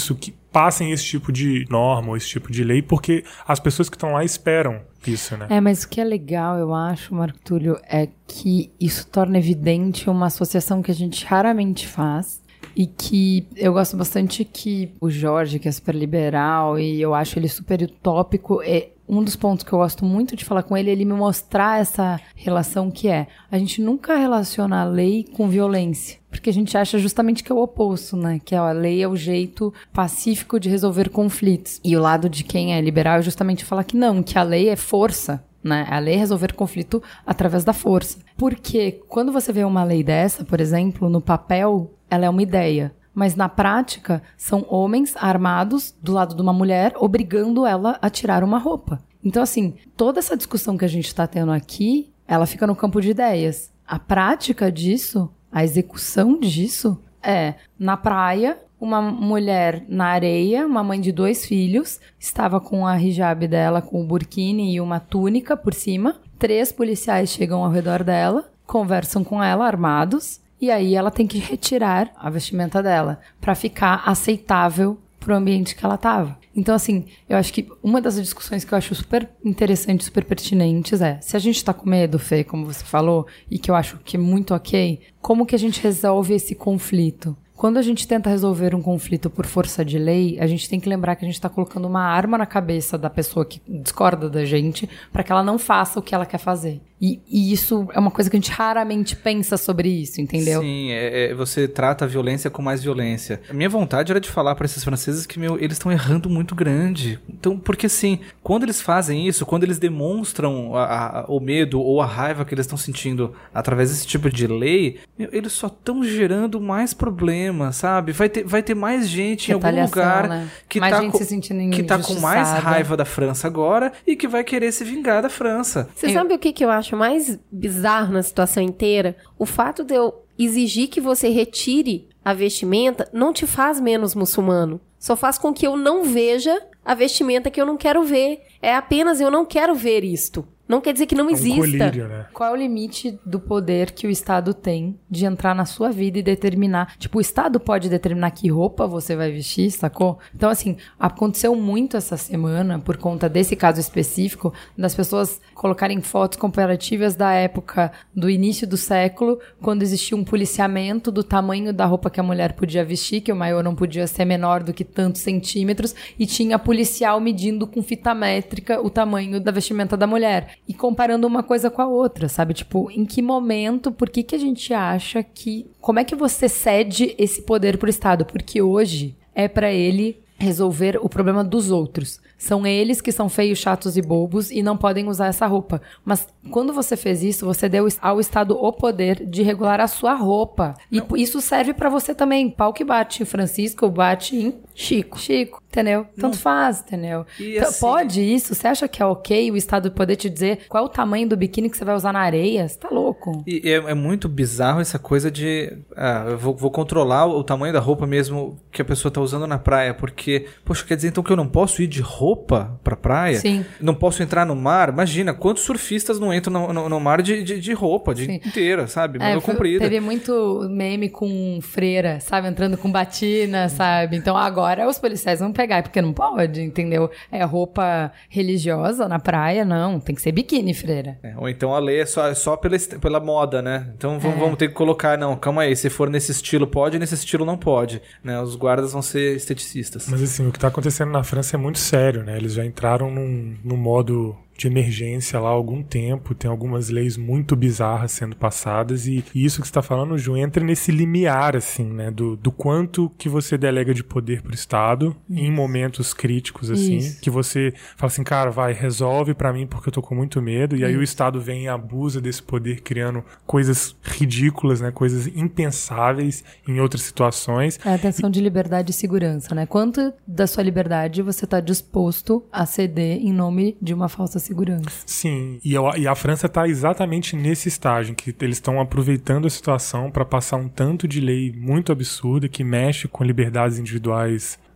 passem esse tipo de norma ou esse tipo de lei, porque as pessoas que estão lá esperam isso, né? É, mas o que é legal, eu acho, Marco Túlio, é que isso torna evidente uma associação que a gente raramente faz e que eu gosto bastante que o Jorge, que é super liberal e eu acho ele super utópico, é um dos pontos que eu gosto muito de falar com ele, é ele me mostrar essa relação que é, a gente nunca relaciona a lei com violência, porque a gente acha justamente que é o oposto, né? Que ó, a lei é o jeito pacífico de resolver conflitos. E o lado de quem é liberal é justamente falar que não, que a lei é força, né? A lei é resolver conflito através da força. Porque quando você vê uma lei dessa, por exemplo, no papel, ela é uma ideia. Mas na prática, são homens armados do lado de uma mulher, obrigando ela a tirar uma roupa. Então, assim, toda essa discussão que a gente está tendo aqui, ela fica no campo de ideias. A prática disso, a execução disso, é na praia, uma mulher na areia, uma mãe de dois filhos, estava com a hijab dela, com o burkini e uma túnica por cima. Três policiais chegam ao redor dela, conversam com ela, armados, e aí ela tem que retirar a vestimenta dela para ficar aceitável pro ambiente que ela estava. Então, assim, eu acho que uma das discussões que eu acho super interessante, super pertinentes é, se a gente tá com medo, Fê, como você falou, e que eu acho que é muito ok, como que a gente resolve esse conflito? Quando a gente tenta resolver um conflito por força de lei, a gente tem que lembrar que a gente está colocando uma arma na cabeça da pessoa que discorda da gente para que ela não faça o que ela quer fazer. E, e isso é uma coisa que a gente raramente pensa sobre isso, entendeu? Sim, é, é, você trata a violência com mais violência. A minha vontade era de falar para esses franceses que, meu, eles estão errando muito grande. Então, porque assim, quando eles fazem isso, quando eles demonstram a, a, o medo ou a raiva que eles estão sentindo através desse tipo de lei, meu, eles só estão gerando mais problemas, sabe? Vai ter, vai ter mais gente em algum lugar, né? que, mais tá gente com, se sentindo que tá com mais raiva da França agora e que vai querer se vingar da França. Você eu... sabe o que, que eu acho mais bizarro na situação inteira? O fato de eu exigir que você retire a vestimenta não te faz menos muçulmano. Só faz com que eu não veja a vestimenta que eu não quero ver. É apenas eu não quero ver isto. Não quer dizer que não É um exista. colírio, né? Qual é o limite do poder que o Estado tem de entrar na sua vida e determinar? Tipo, o Estado pode determinar que roupa você vai vestir, sacou? Então, assim, aconteceu muito essa semana, por conta desse caso específico, das pessoas colocarem fotos comparativas da época do início do século, quando existia um policiamento do tamanho da roupa que a mulher podia vestir, que o maior não podia ser menor do que tantos centímetros, e tinha policial medindo com fita métrica o tamanho da vestimenta da mulher. E comparando uma coisa com a outra, sabe? Tipo, em que momento, por que que a gente acha que... Como é que você cede esse poder pro Estado? Porque hoje é pra ele resolver o problema dos outros. São eles que são feios, chatos e bobos e não podem usar essa roupa. Mas quando você fez isso, você deu ao Estado o poder de regular a sua roupa. E não. Isso serve pra você também. Pau que bate em Francisco, bate em Chico. Chico, entendeu? Tanto não. faz, entendeu? Então, assim... Pode isso? Você acha que é ok o Estado poder te dizer qual é o tamanho do biquíni que você vai usar na areia? Você tá louco. E é, é muito bizarro essa coisa de... Ah, eu vou, vou controlar o tamanho da roupa mesmo que a pessoa tá usando na praia. Porque, poxa, quer dizer então que eu não posso ir de roupa roupa pra praia? Sim. Não posso entrar no mar? Imagina, quantos surfistas não entram no, no, no mar de, de, de roupa, de inteira, sabe? Manga é, comprida. Teve muito meme com freira, sabe? Entrando com batina, sabe? Então agora os policiais vão pegar, porque não pode, entendeu? É roupa religiosa na praia, não. Tem que ser biquíni, freira. É, ou então a lei é só, é só pela, pela moda, né? Então vamos, é. vamos ter que colocar, não, calma aí, se for nesse estilo pode, nesse estilo não pode, né? Os guardas vão ser esteticistas. Mas assim, o que tá acontecendo na França é muito sério, né? Eles já entraram num, num modo de emergência lá há algum tempo, tem algumas leis muito bizarras sendo passadas e, e isso que você está falando, Ju, entra nesse limiar, assim, né, do, do quanto que você delega de poder pro Estado isso. em momentos críticos, assim, isso. que você fala assim, cara, vai, resolve pra mim porque eu tô com muito medo, e aí isso. o Estado vem e abusa desse poder criando coisas ridículas, né, coisas impensáveis em outras situações. É a tensão de liberdade e segurança, né, quanto da sua liberdade você tá disposto a ceder em nome de uma falsa segurança. Segurança. Sim, e a, e a França está exatamente nesse estágio, em que eles estão aproveitando a situação para passar um tanto de lei muito absurda que mexe com liberdades individuais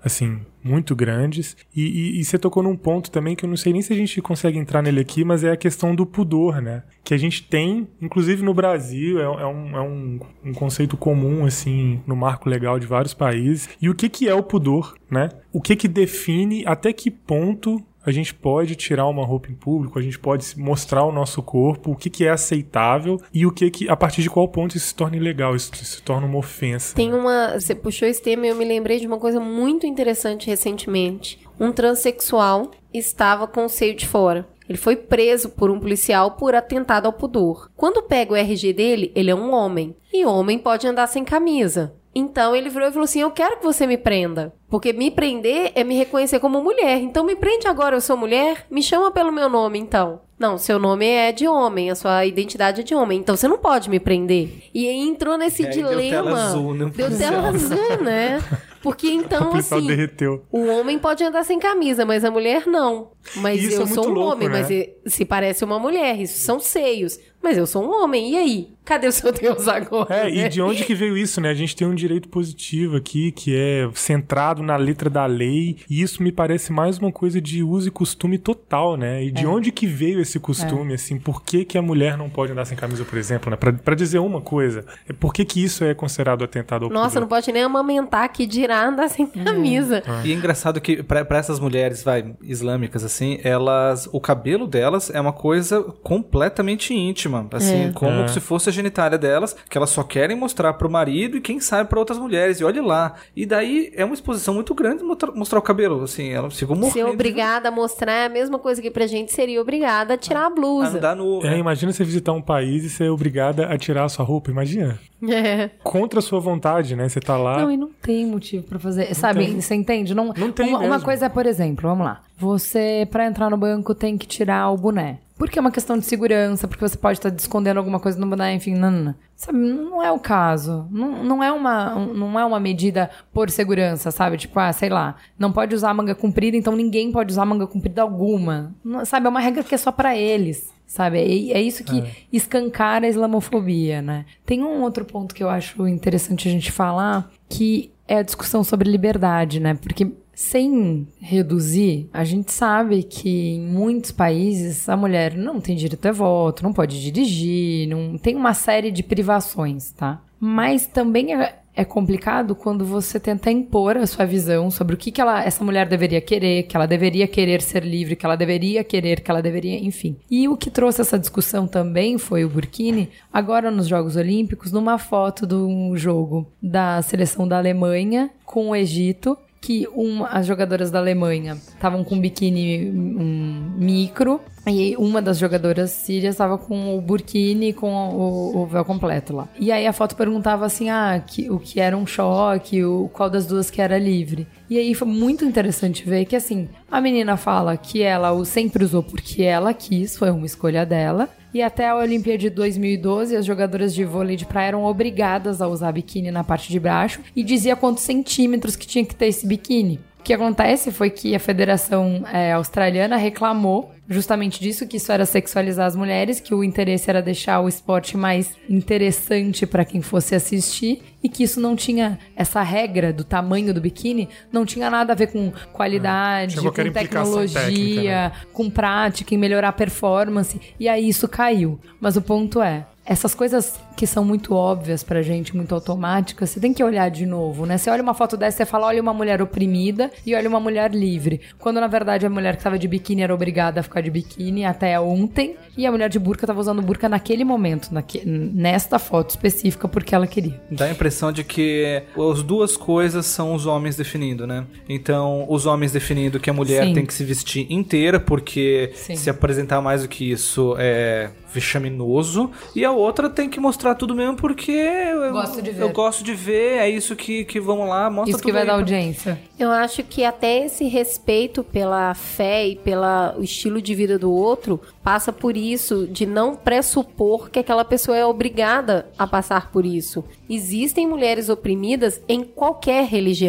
assim, muito grandes. E, e, e você tocou num ponto também que eu não sei nem se a gente consegue entrar nele aqui, mas é a questão do pudor, né? Que a gente tem, inclusive no Brasil, é, é, um, é um, um conceito comum, assim, no marco legal de vários países. E o que, que é o pudor, né? O que que define até que ponto a gente pode tirar uma roupa em público, a gente pode mostrar o nosso corpo, o que, que é aceitável e o que, que a partir de qual ponto isso se torna ilegal, isso se torna uma ofensa. Tem uma... Você puxou esse tema e eu me lembrei de uma coisa muito interessante recentemente. Um transexual estava com o seio de fora. Ele foi preso por um policial por atentado ao pudor. Quando pega o R G dele, ele é um homem. E homem pode andar sem camisa. Então ele virou e falou assim, eu quero que você me prenda. Porque me prender é me reconhecer como mulher. Então me prende agora, eu sou mulher, me chama pelo meu nome então. Não, seu nome é de homem, a sua identidade é de homem, então você não pode me prender. E aí entrou nesse e aí dilema. Deu tela azul, não Deu tela azul, né? Porque então, o assim, derreteu. O homem pode andar sem camisa, mas a mulher não. Mas isso eu é sou um louco, homem, né? mas se parece uma mulher, isso são seios. Mas eu sou um homem, e aí? Cadê o seu Deus agora? É, e de onde que veio isso, né? A gente tem um direito positivo aqui, que é centrado na letra da lei, e isso me parece mais uma coisa de uso e costume total, né? E de é. onde que veio esse costume, é. assim? Por que que a mulher não pode andar sem camisa, por exemplo, né? Pra, pra dizer uma coisa, por que que isso é considerado atentado ao Nossa, pudor? não pode nem amamentar, que dirá andar sem camisa. É. E é engraçado que pra, pra essas mulheres, vai, islâmicas, assim, elas, o cabelo delas é uma coisa completamente íntima, assim, é. como É. se fosse a genitália delas, que elas só querem mostrar pro marido e quem sabe pra outras mulheres, e olhe lá. E daí é uma exposição muito grande mostrar, mostrar o cabelo, assim, elas ficam morrendo. Ser obrigada a mostrar é a mesma coisa que pra gente seria obrigada a tirar a blusa. Andar no... É, imagina você visitar um país e ser obrigada a tirar a sua roupa, imagina. É. Contra a sua vontade, né? Você tá lá... Não, e não tem motivo pra fazer, não sabe? Tem. Você entende? Não, não tem uma, uma mesmo. coisa é, por exemplo, vamos lá. Você, pra entrar no banco, tem que tirar o boné. Porque é uma questão de segurança, porque você pode estar escondendo alguma coisa no boné, enfim, não, não, não. Sabe, não é o caso. Não, não, é uma, não é uma medida por segurança, sabe? Tipo, ah, sei lá, não pode usar manga comprida, então ninguém pode usar manga comprida alguma. Não, sabe, é uma regra que é só pra eles, sabe? É, é isso que é. escancara a islamofobia, né? Tem um outro ponto que eu acho interessante a gente falar, que é a discussão sobre liberdade, né? Porque... sem reduzir, a gente sabe que em muitos países a mulher não tem direito a voto, não pode dirigir, não tem uma série de privações, tá? Mas também é, é complicado quando você tenta impor a sua visão sobre o que, que ela, essa mulher deveria querer, que ela deveria querer ser livre, que ela deveria querer, que ela deveria, enfim. E o que trouxe essa discussão também foi o Burkini, agora nos Jogos Olímpicos, numa foto de um jogo da seleção da Alemanha com o Egito, que uma, as jogadoras da Alemanha estavam com um biquíni um, micro e uma das jogadoras sírias estava com o burkini com o, o véu completo lá. E aí a foto perguntava assim, ah, que, o que era um choque, o, qual das duas que era livre. E aí foi muito interessante ver que, assim, a menina fala que ela o sempre usou porque ela quis, foi uma escolha dela. E até a Olimpíada de dois mil e doze, as jogadoras de vôlei de praia eram obrigadas a usar biquíni na parte de baixo e dizia quantos centímetros que tinha que ter esse biquíni. O que acontece foi que a Federação é, Australiana reclamou justamente disso, que isso era sexualizar as mulheres, que o interesse era deixar o esporte mais interessante para quem fosse assistir e que isso não tinha, essa regra do tamanho do biquíni, não tinha nada a ver com qualidade, com tecnologia, técnica, né? Com prática, em melhorar a performance, e aí isso caiu. Mas o ponto é, essas coisas que são muito óbvias pra gente, muito automáticas, você tem que olhar de novo, né? Você olha uma foto dessa e você fala, olha uma mulher oprimida e olha uma mulher livre. Quando, na verdade, a mulher que tava de biquíni era obrigada a ficar de biquíni até ontem e a mulher de burca tava usando burca naquele momento, naque... nesta foto específica, porque ela queria. Dá a impressão de que as duas coisas são os homens definindo, né? Então, os homens definindo que a mulher Sim. tem que se vestir inteira, porque Sim. se apresentar mais do que isso é vexaminoso, e a outra tem que mostrar tudo mesmo porque eu gosto de ver, eu gosto de ver é isso que, que vamos lá, mostra isso tudo que vai aí dar pra... audiência. Eu acho que até esse respeito pela fé e pelo estilo de vida do outro passa por isso, de não pressupor que aquela pessoa é obrigada a passar por isso. Existem mulheres oprimidas em qualquer religião.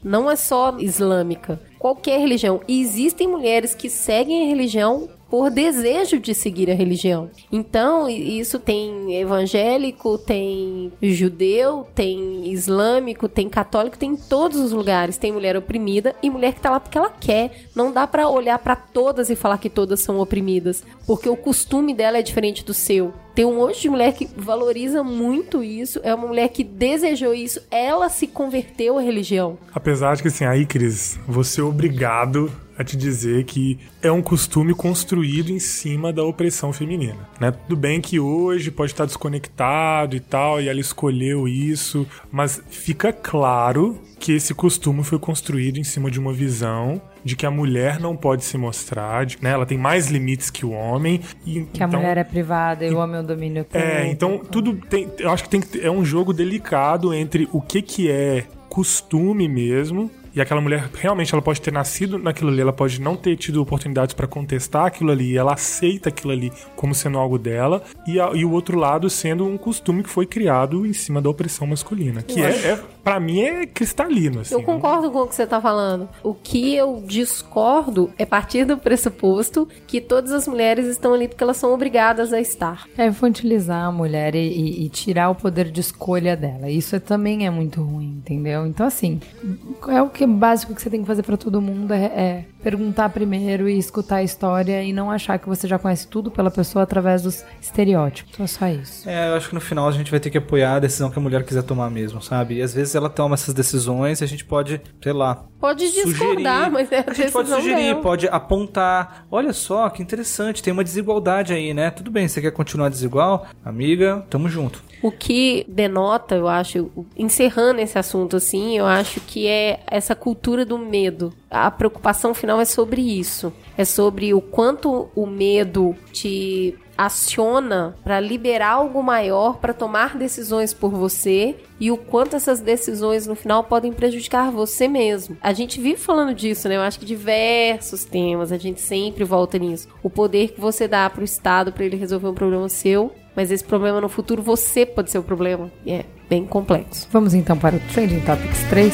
não é só islâmica, qualquer religião. E existem mulheres que seguem a religião por desejo de seguir a religião. Então, isso tem evangélico, tem judeu, tem islâmico, tem católico, tem em todos os lugares. Tem mulher oprimida e mulher que tá lá porque ela quer. Não dá pra olhar pra todas e falar que todas são oprimidas, porque o costume dela é diferente do seu. Tem um monte de mulher que valoriza muito isso, é uma mulher que desejou isso, ela se converteu à religião. Apesar de que, assim, aí, Cris, você é obrigado a te dizer que é um costume construído em cima da opressão feminina, né? Tudo bem que hoje pode estar desconectado e tal, e ela escolheu isso, mas fica claro que esse costume foi construído em cima de uma visão de que a mulher não pode se mostrar, de, né? Ela tem mais limites que o homem. E, que a então, mulher é privada e, e o homem é o domínio também. É, então tudo tem, eu acho que tem que, é um jogo delicado entre o que que é costume mesmo. E aquela mulher, realmente, ela pode ter nascido naquilo ali, ela pode não ter tido oportunidades para contestar aquilo ali, ela aceita aquilo ali como sendo algo dela, e, a, e o outro lado sendo um costume que foi criado em cima da opressão masculina, que é, é, pra mim, é cristalino, assim. Eu concordo com o que você tá falando. O que eu discordo é partir do pressuposto que todas as mulheres estão ali porque elas são obrigadas a estar. É infantilizar a mulher e, e, e tirar o poder de escolha dela. Isso é, também é muito ruim, entendeu? Então, assim, é o que básico que você tem que fazer pra todo mundo é, é perguntar primeiro e escutar a história e não achar que você já conhece tudo pela pessoa através dos estereótipos. Então é só isso. É, eu acho que no final a gente vai ter que apoiar a decisão que a mulher quiser tomar mesmo, sabe? E às vezes ela toma essas decisões e a gente pode, sei lá... Pode discordar, sugerir. mas é a, a gente pode sugerir, dela. pode apontar. Olha só, que interessante, tem uma desigualdade aí, né? Tudo bem, você quer continuar desigual? Amiga, tamo junto. O que denota, eu acho, encerrando esse assunto assim, eu acho que é essa cultura do medo. A preocupação final é sobre isso. É sobre o quanto o medo te aciona para liberar algo maior, para tomar decisões por você, e o quanto essas decisões no final podem prejudicar você mesmo. A gente vive falando disso, né? Eu acho que diversos temas, a gente sempre volta nisso. O poder que você dá pro Estado para ele resolver um problema seu, mas esse problema no futuro você pode ser o problema. E é bem complexo. Vamos então para o Trending Topics três.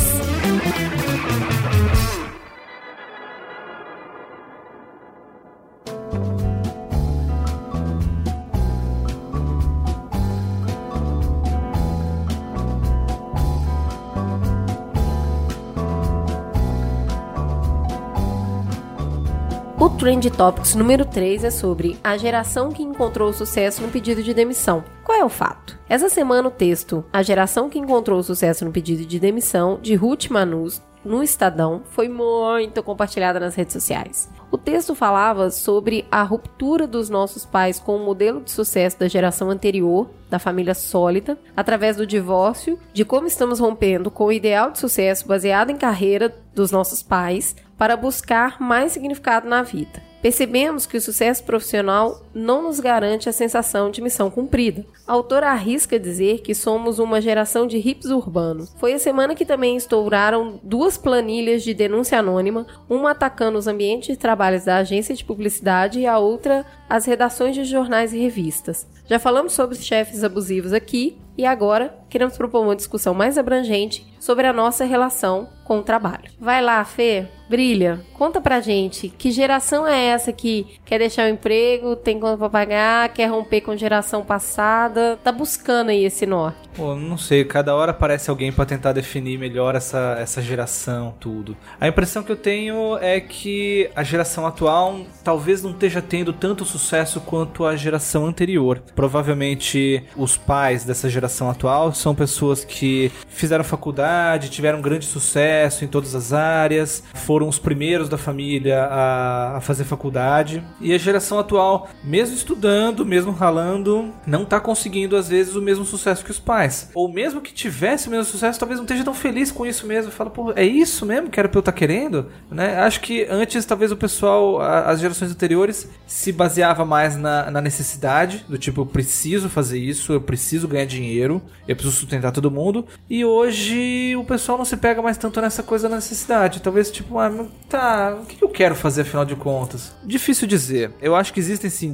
O Trend Topics número três é sobre a geração que encontrou sucesso no pedido de demissão. Qual é o fato? Essa semana o texto A Geração que Encontrou Sucesso no Pedido de Demissão, de Ruth Manus, no Estadão, foi muito compartilhada nas redes sociais. O texto falava sobre a ruptura dos nossos pais com o modelo de sucesso da geração anterior, da família sólida, através do divórcio, de como estamos rompendo com o ideal de sucesso baseado em carreira dos nossos pais para buscar mais significado na vida. Percebemos que o sucesso profissional não nos garante a sensação de missão cumprida. A autora arrisca dizer que somos uma geração de hips urbanos. Foi a semana que também estouraram duas planilhas de denúncia anônima, uma atacando os ambientes de trabalho da agência de publicidade e a outra as redações de jornais e revistas. Já falamos sobre chefes abusivos aqui e agora queremos propor uma discussão mais abrangente sobre a nossa relação com o trabalho. Vai lá, Fê, brilha, conta pra gente, que geração é essa que quer deixar o emprego, tem conta pra pagar, quer romper com a geração passada, tá buscando aí esse norte? Pô, não sei, cada hora aparece alguém pra tentar definir melhor essa, essa geração, tudo. A impressão que eu tenho é que a geração atual talvez não esteja tendo tanto sucesso quanto a geração anterior. Provavelmente os pais dessa geração atual são pessoas que fizeram faculdade, tiveram grande sucesso em todas as áreas, foram os primeiros da família a, a fazer faculdade, e a geração atual, mesmo estudando, mesmo ralando, não tá conseguindo às vezes o mesmo sucesso que os pais, ou mesmo que tivesse o mesmo sucesso, talvez não esteja tão feliz com isso mesmo. Fala, pô, é isso mesmo que era pra eu estar querendo? Né? Acho que antes talvez o pessoal, a, as gerações anteriores, se baseava mais na, na necessidade, do tipo, eu preciso fazer isso, eu preciso ganhar dinheiro, eu preciso sustentar todo mundo, e hoje o pessoal não se pega mais tanto nessa coisa da necessidade. Talvez tipo, ah, tá, o que eu quero fazer afinal de contas? Difícil dizer. Eu acho que existem sim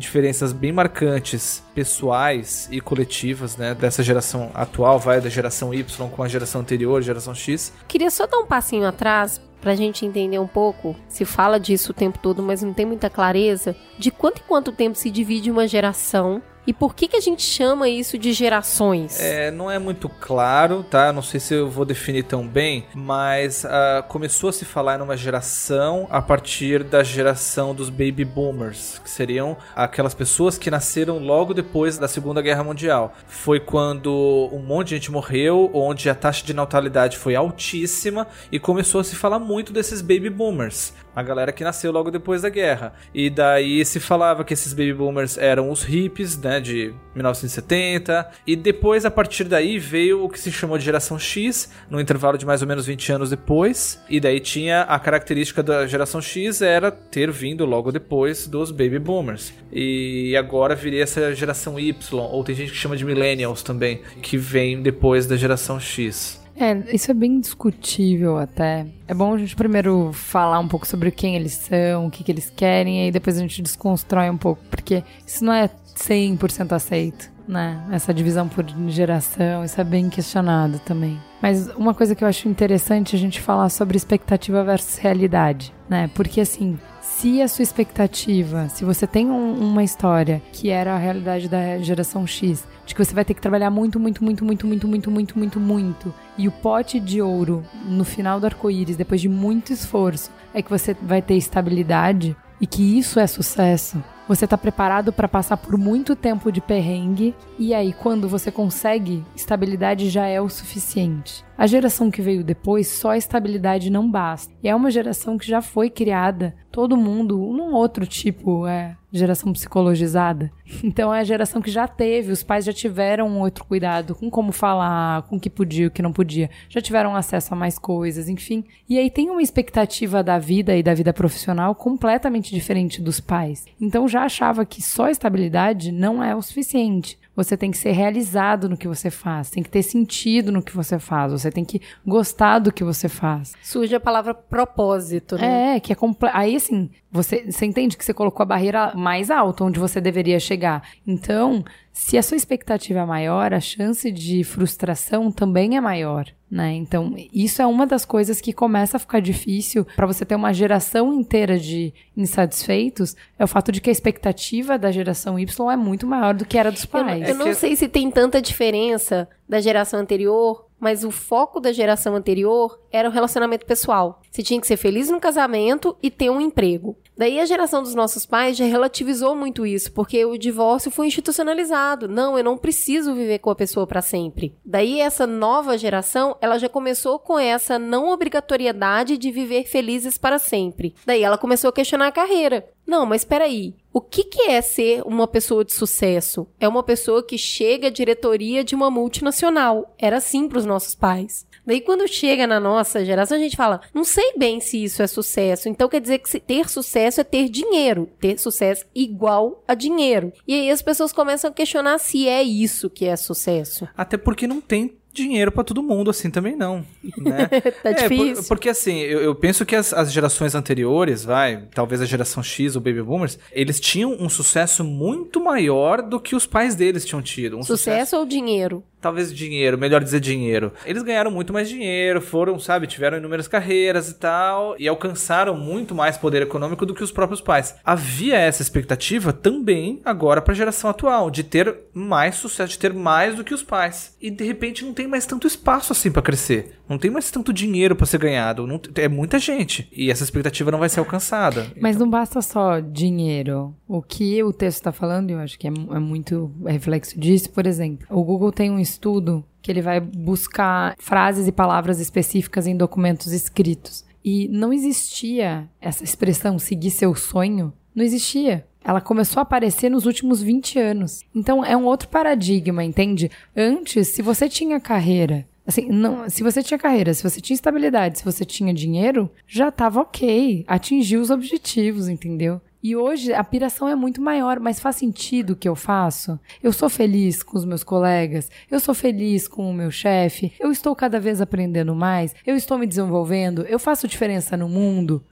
diferenças bem marcantes, pessoais e coletivas, né, dessa geração atual, vai da geração Y com a geração anterior, geração X. Queria só dar um passinho atrás pra gente entender um pouco, se fala disso o tempo todo, mas não tem muita clareza, de quanto em quanto tempo se divide uma geração. E por que que a gente chama isso de gerações? É, não é muito claro, tá? Não sei se eu vou definir tão bem, mas uh, começou a se falar numa geração a partir da geração dos baby boomers, que seriam aquelas pessoas que nasceram logo depois da Segunda Guerra Mundial. Foi quando um monte de gente morreu, onde a taxa de natalidade foi altíssima e começou a se falar muito desses baby boomers, a galera que nasceu logo depois da guerra. E daí se falava que esses baby boomers eram os hippies, né, de mil novecentos e setenta, e depois a partir daí veio o que se chamou de geração X, no intervalo de mais ou menos vinte anos depois, e daí tinha a característica da geração X era ter vindo logo depois dos baby boomers, e agora viria essa geração Y, ou tem gente que chama de millennials também, que vem depois da geração X. É, isso é bem discutível até. É bom a gente primeiro falar um pouco sobre quem eles são, o que, que eles querem, e aí depois a gente desconstrói um pouco, porque isso não é cem por cento aceito, né? Essa divisão por geração, isso é bem questionado também. Mas uma coisa que eu acho interessante é a gente falar sobre expectativa versus realidade, né? Porque assim, se a sua expectativa, se você tem um, uma história que era a realidade da geração X, de que você vai ter que trabalhar muito, muito, muito, muito, muito, muito, muito, muito, muito, e o pote de ouro no final do arco-íris, depois de muito esforço, é que você vai ter estabilidade e que isso é sucesso. Você tá preparado para passar por muito tempo de perrengue e aí quando você consegue, estabilidade já é o suficiente. A geração que veio depois, só a estabilidade não basta. E é uma geração que já foi criada, todo mundo, num outro tipo, é, geração psicologizada. Então é a geração que já teve, os pais já tiveram um outro cuidado com como falar, com o que podia e o que não podia. Já tiveram acesso a mais coisas, enfim. E aí tem uma expectativa da vida e da vida profissional completamente diferente dos pais. Então já achava que só estabilidade não é o suficiente. Você tem que ser realizado no que você faz, tem que ter sentido no que você faz, você tem que gostar do que você faz. Surge a palavra propósito, né? É, que é completo. Aí, assim, você, você entende que você colocou a barreira mais alta, onde você deveria chegar. Então, se a sua expectativa é maior, a chance de frustração também é maior, né? Então, isso é uma das coisas que começa a ficar difícil para você ter uma geração inteira de insatisfeitos, é o fato de que a expectativa da geração Y é muito maior do que era dos pais. Eu, eu não sei se tem tanta diferença da geração anterior, mas o foco da geração anterior era o relacionamento pessoal. Você tinha que ser feliz no casamento e ter um emprego. Daí a geração dos nossos pais já relativizou muito isso, porque o divórcio foi institucionalizado. Não, eu não preciso viver com a pessoa para sempre. Daí essa nova geração, ela já começou com essa não obrigatoriedade de viver felizes para sempre. Daí ela começou a questionar a carreira. Não, mas espera aí. O que, que é ser uma pessoa de sucesso? É uma pessoa que chega à diretoria de uma multinacional. Era assim para os nossos pais. Daí quando chega na nossa geração, a gente fala, não sei bem se isso é sucesso. Então quer dizer que ter sucesso é ter dinheiro. Ter sucesso igual a dinheiro. E aí as pessoas começam a questionar se é isso que é sucesso. Até porque não tem dinheiro pra todo mundo assim também não, né? Tá é, difícil. Por, porque assim, eu, eu penso que as, as gerações anteriores, vai, talvez a geração X ou Baby Boomers, eles tinham um sucesso muito maior do que os pais deles tinham tido. Um sucesso, sucesso ou dinheiro? Talvez dinheiro, melhor dizer dinheiro. Eles ganharam muito mais dinheiro, foram, sabe, tiveram inúmeras carreiras e tal, e alcançaram muito mais poder econômico do que os próprios pais. Havia essa expectativa também agora pra geração atual, de ter mais sucesso, de ter mais do que os pais. E de repente não tem mais tanto espaço assim pra crescer. Não tem mais tanto dinheiro pra ser ganhado. Não, é muita gente. E essa expectativa não vai ser alcançada. Mas então... não basta só dinheiro. O que o texto tá falando, eu acho que é, é muito reflexo disso. Por exemplo, o Google tem um estudo que ele vai buscar frases e palavras específicas em documentos escritos. E não existia essa expressão seguir seu sonho. Não existia. Ela começou a aparecer nos últimos vinte anos. Então, é um outro paradigma, entende? Antes, se você tinha carreira, assim, não, se você tinha carreira, se você tinha estabilidade, se você tinha dinheiro, já estava ok. Atingiu os objetivos, entendeu? E hoje a piração é muito maior, mas faz sentido o que eu faço? Eu sou feliz com os meus colegas? Eu sou feliz com o meu chefe? Eu estou cada vez aprendendo mais? Eu estou me desenvolvendo? Eu faço diferença no mundo?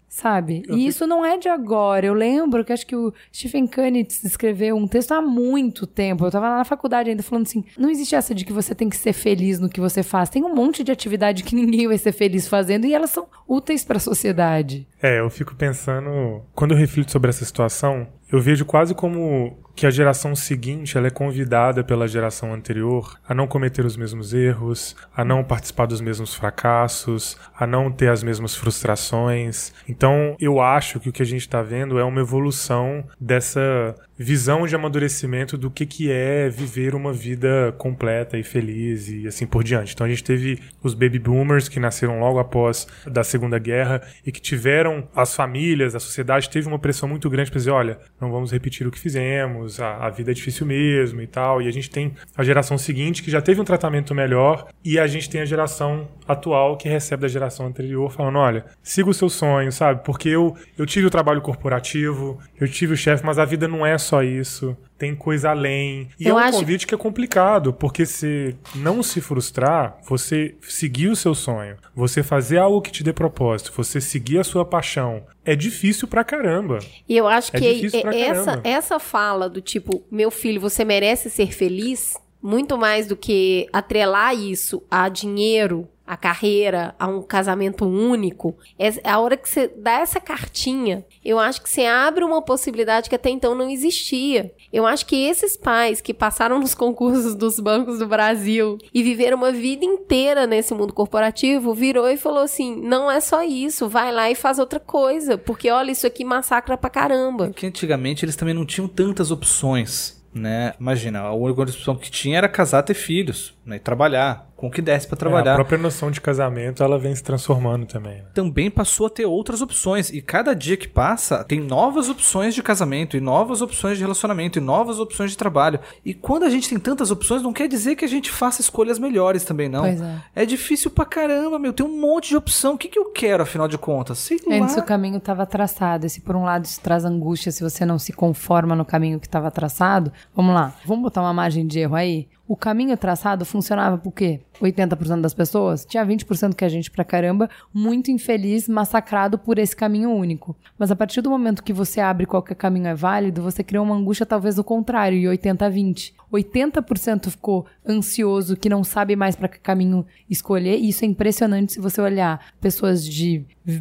sabe? Eu e fico... isso não é de agora. Eu lembro que acho que o Stephen Kunitz escreveu um texto há muito tempo. Eu tava lá na faculdade ainda falando assim, não existe essa de que você tem que ser feliz no que você faz. Tem um monte de atividade que ninguém vai ser feliz fazendo e elas são úteis para a sociedade. É, eu fico pensando, quando eu reflito sobre essa situação, eu vejo quase como que a geração seguinte ela é convidada pela geração anterior a não cometer os mesmos erros, a não participar dos mesmos fracassos, a não ter as mesmas frustrações. Então, eu acho que o que a gente está vendo é uma evolução dessa visão de amadurecimento do que, que é viver uma vida completa e feliz e assim por diante. Então, a gente teve os baby boomers que nasceram logo após da Segunda Guerra e que tiveram, as famílias, a sociedade teve uma pressão muito grande para dizer, olha, não vamos repetir o que fizemos, a, a vida é difícil mesmo e tal. E a gente tem a geração seguinte que já teve um tratamento melhor e a gente tem a geração atual que recebe da geração anterior falando, olha, siga o seu sonho, sabe? Porque eu, eu tive o trabalho corporativo, eu tive o chefe, mas a vida não é só isso. Tem coisa além. E Eu é um acho... convite que é complicado, porque se não se frustrar, você seguir o seu sonho, você fazer algo que te dê propósito, você seguir a sua paixão, é difícil pra caramba. E eu acho É que difícil pra essa, caramba. essa fala do tipo, meu filho, você merece ser feliz, muito mais do que atrelar isso a dinheiro, a carreira, a um casamento único, é a hora que você dá essa cartinha, eu acho que você abre uma possibilidade que até então não existia. Eu acho que esses pais que passaram nos concursos dos bancos do Brasil e viveram uma vida inteira nesse mundo corporativo, virou e falou assim, não é só isso, vai lá e faz outra coisa, porque olha, isso aqui massacra pra caramba. Porque antigamente eles também não tinham tantas opções, né? Imagina, a única opção que tinha era casar, ter filhos, né? E trabalhar, com o que desse pra trabalhar. É, a própria noção de casamento, ela vem se transformando também. Né? Também passou a ter outras opções. E cada dia que passa, tem novas opções de casamento, e novas opções de relacionamento, e novas opções de trabalho. E quando a gente tem tantas opções, não quer dizer que a gente faça escolhas melhores também, não. Pois é. É difícil pra caramba, meu. Tem um monte de opção. O que, que eu quero, afinal de contas? Sei lá. Antes o caminho estava traçado. E se por um lado isso traz angústia, se você não se conforma no caminho que estava traçado, vamos lá, vamos botar uma margem de erro aí? O caminho traçado funcionava por quê? oitenta por cento das pessoas? Tinha vinte por cento que a gente pra caramba, muito infeliz, massacrado por esse caminho único. Mas a partir do momento que você abre qualquer caminho é válido, você cria uma angústia talvez do contrário, e oitenta a vinte. oitenta por cento ficou ansioso, que não sabe mais pra que caminho escolher, e isso é impressionante se você olhar pessoas de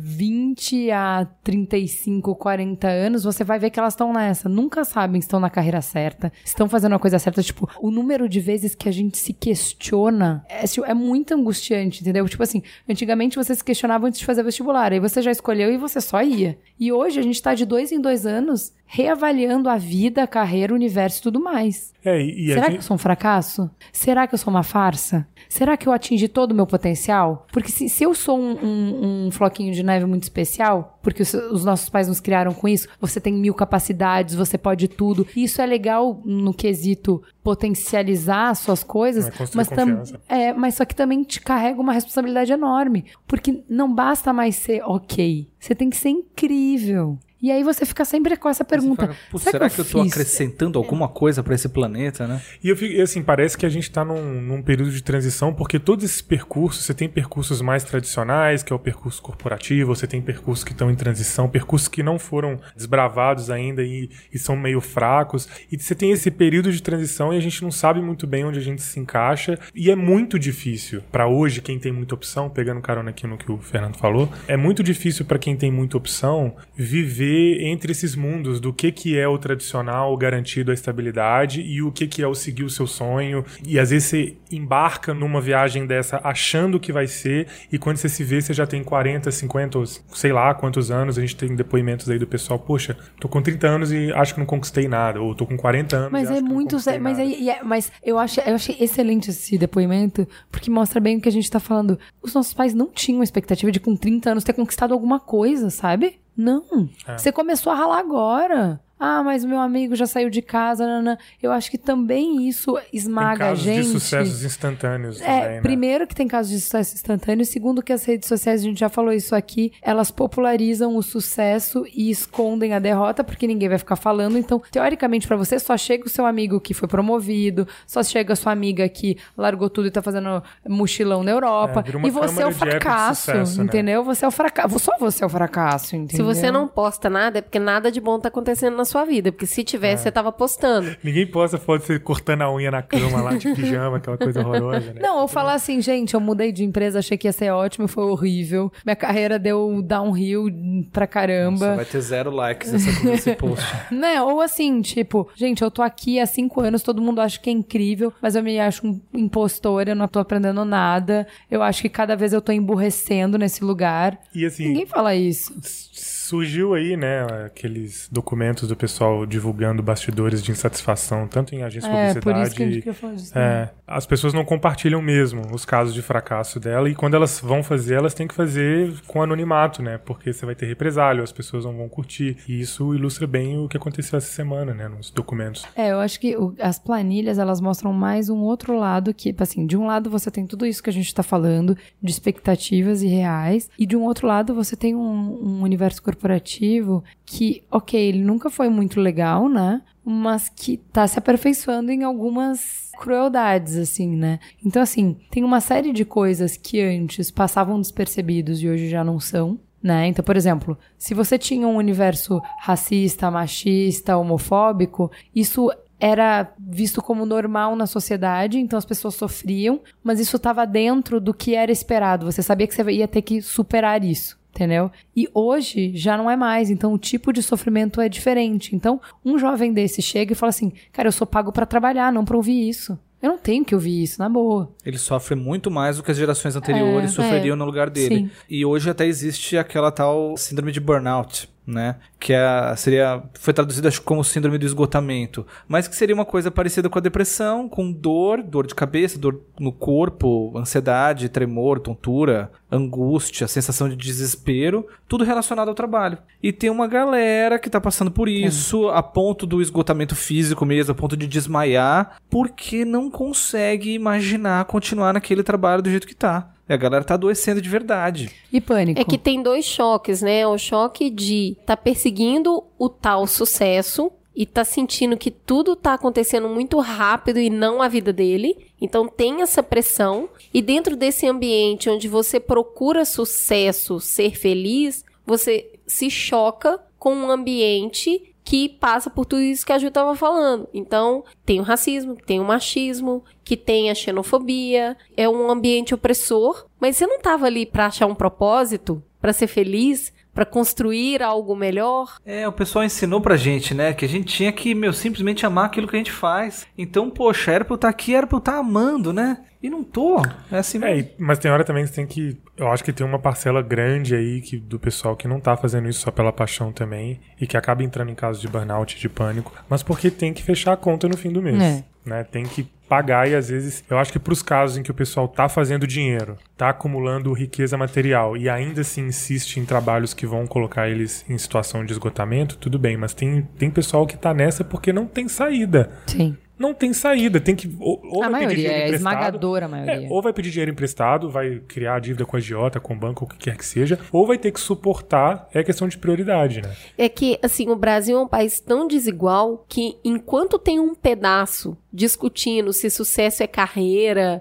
vinte a trinta e cinco, quarenta anos, você vai ver que elas estão nessa, nunca sabem se estão na carreira certa, estão fazendo a coisa certa, tipo, o número de vezes que a gente se questiona é, é muito angustiante, entendeu? Tipo assim, antigamente você se questionava antes de fazer vestibular, aí você já escolheu e você só ia. E hoje a gente tá de dois em dois anos reavaliando a vida, a carreira, o universo e tudo mais. É, e, e Será gente... que eu sou um fracasso? Será que eu sou uma farsa? Será que eu atingi todo o meu potencial? Porque se, se eu sou um, um, um floquinho de neve muito especial, porque os, os nossos pais nos criaram com isso, você tem mil capacidades, você pode tudo. E isso é legal no quesito potencializar as suas coisas, É, mas, tam, é, mas só que também te carrega uma responsabilidade enorme. Porque não basta mais ser ok. Você tem que ser incrível. E aí você fica sempre com essa pergunta. Fala, será, será que eu, eu, eu tô fiz? acrescentando alguma coisa pra esse planeta, né? E eu fico, e assim, parece que a gente tá num, num período de transição, porque todos esses percursos, você tem percursos mais tradicionais, que é o percurso corporativo, você tem percursos que estão em transição, percursos que não foram desbravados ainda e, e são meio fracos, e você tem esse período de transição e a gente não sabe muito bem onde a gente se encaixa, e é muito difícil pra hoje, quem tem muita opção, pegando carona aqui no que o Fernando falou, é muito difícil pra quem tem muita opção viver entre esses mundos do que, que é o tradicional, o garantido, a estabilidade e o que, que é o seguir o seu sonho. E às vezes você embarca numa viagem dessa achando que vai ser e quando você se vê, você já tem quarenta, cinquenta, sei lá quantos anos. A gente tem depoimentos aí do pessoal, poxa, tô com trinta anos e acho que não conquistei nada. Ou tô com quarenta anos mas e é acho que muito não conquistei mas, nada. é, é, mas eu, acho, eu achei excelente esse depoimento, porque mostra bem o que a gente tá falando. Os nossos pais não tinham a expectativa de com trinta anos ter conquistado alguma coisa, sabe? Não. É. Você começou a ralar agora. ah, mas o meu amigo já saiu de casa, nanana. Eu acho que também isso esmaga a gente. Tem casos de sucessos instantâneos é, também, né? Primeiro que tem casos de sucesso instantâneo, segundo que as redes sociais, a gente já falou isso aqui, elas popularizam o sucesso e escondem a derrota, porque ninguém vai ficar falando. Então, teoricamente, pra você, só chega o seu amigo que foi promovido, só chega a sua amiga que largou tudo e tá fazendo mochilão na Europa, é, e você é o fracasso, sucesso, entendeu? Né? Você é o fracasso, só você é o fracasso, entendeu? Se você não posta nada, é porque nada de bom tá acontecendo na sua vida, porque se tivesse, é. você tava postando. Ninguém posta foto de você cortando a unha na cama lá, de pijama, aquela coisa horrorosa, né? Não, ou falar assim, gente, eu mudei de empresa, achei que ia ser ótimo, foi horrível, minha carreira deu downhill pra caramba. Nossa, vai ter zero likes essa, esse post. Né? Ou assim, tipo, gente, eu tô aqui há cinco anos, todo mundo acha que é incrível, mas eu me acho um impostor, eu não tô aprendendo nada, eu acho que cada vez eu tô emburrecendo nesse lugar. E assim, ninguém fala isso. Surgiu aí, né, aqueles documentos do pessoal divulgando bastidores de insatisfação, tanto em agência de é, publicidade... por isso que a gente queria falar disso. É, as pessoas não compartilham mesmo os casos de fracasso dela, e quando elas vão fazer, elas têm que fazer com anonimato, né, porque você vai ter represália, as pessoas não vão curtir, e isso ilustra bem o que aconteceu essa semana, né, nos documentos. É, eu acho que o, as planilhas, elas mostram mais um outro lado que, assim, de um lado você tem tudo isso que a gente tá falando, de expectativas irreais, e de um outro lado você tem um, um universo corporativo que, ok, ele nunca foi muito legal, né? Mas que tá se aperfeiçoando em algumas crueldades, assim, né? Então, assim, tem uma série de coisas que antes passavam despercebidos e hoje já não são, né? Então, por exemplo, se você tinha um universo racista, machista, homofóbico, isso era visto como normal na sociedade, então as pessoas sofriam, mas isso estava dentro do que era esperado. Você sabia que você ia ter que superar isso. Entendeu? E hoje já não é mais, então o tipo de sofrimento é diferente. Então, um jovem desse chega e fala assim, cara, eu sou pago pra trabalhar, não pra ouvir isso. Eu não tenho que ouvir isso, na boa. Ele sofre muito mais do que as gerações anteriores é, sofreriam é, no lugar dele. Sim. E hoje até existe aquela tal síndrome de burnout, né? Que é, seria, foi traduzido acho como síndrome do esgotamento, mas que seria uma coisa parecida com a depressão, com dor, dor de cabeça, dor no corpo, ansiedade, tremor, tontura, angústia, sensação de desespero, tudo relacionado ao trabalho. E tem uma galera que tá passando por isso, é. a ponto do esgotamento físico mesmo, a ponto de desmaiar, porque não consegue imaginar continuar naquele trabalho do jeito que tá. E a galera tá adoecendo de verdade. E pânico. É que tem dois choques, né? O choque de tá perseguindo o tal sucesso e tá sentindo que tudo tá acontecendo muito rápido e não a vida dele. Então tem essa pressão. E dentro desse ambiente onde você procura sucesso, ser feliz, você se choca com um ambiente que passa por tudo isso que a Ju estava falando. Então, tem o racismo, tem o machismo, que tem a xenofobia, é um ambiente opressor, mas você não estava ali para achar um propósito, para ser feliz, para construir algo melhor. É, o pessoal ensinou pra gente, né, que a gente tinha que, meu, simplesmente amar aquilo que a gente faz. Então, poxa, era pra eu estar aqui, era pra eu estar amando, né? E não tô. É assim mesmo. É, mas tem hora também que você tem que... Eu acho que tem uma parcela grande aí que, do pessoal que não tá fazendo isso só pela paixão também e que acaba entrando em casos de burnout, de pânico, mas porque tem que fechar a conta no fim do mês. É. Né? Tem que pagar e às vezes... Eu acho que pros casos em que o pessoal tá fazendo dinheiro, tá acumulando riqueza material e ainda assim insiste em trabalhos que vão colocar eles em situação de esgotamento, tudo bem, mas tem, tem pessoal que tá nessa porque não tem saída. Sim. Não tem saída, tem que... Ou, ou a vai maioria, pedir dinheiro é emprestado, esmagadora a maioria. É, ou vai pedir dinheiro emprestado, vai criar dívida com a agiota, com o banco, o que quer que seja, ou vai ter que suportar, é questão de prioridade, né? É que, assim, o Brasil é um país tão desigual que enquanto tem um pedaço discutindo se sucesso é carreira,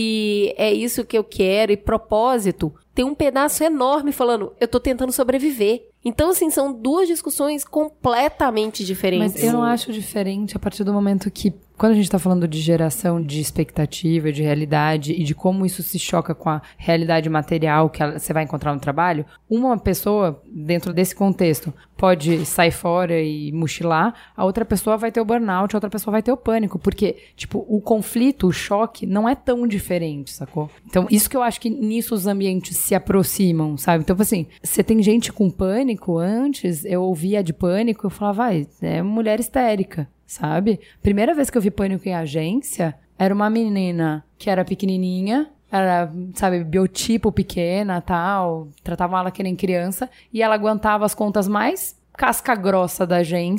se é isso que eu quero e propósito, tem um pedaço enorme falando, eu tô tentando sobreviver. Então, assim, são duas discussões completamente diferentes. Mas eu não acho diferente a partir do momento que, quando a gente tá falando de geração de expectativa, de realidade e de como isso se choca com a realidade material que você vai encontrar no trabalho, uma pessoa, dentro desse contexto, pode sair fora e mochilar, a outra pessoa vai ter o burnout, a outra pessoa vai ter o pânico, porque, tipo, o conflito, o choque, não é tão diferente, sacou? Então, isso que eu acho que nisso os ambientes se aproximam, sabe? Então, assim, você tem gente com pânico, antes eu ouvia de pânico, eu falava, vai, é mulher histérica, sabe? Primeira vez que eu vi pânico em agência, era uma menina que era pequenininha, era, sabe, biotipo pequena, tal, tratavam ela que nem criança, e ela aguentava as contas mais casca grossa da agência,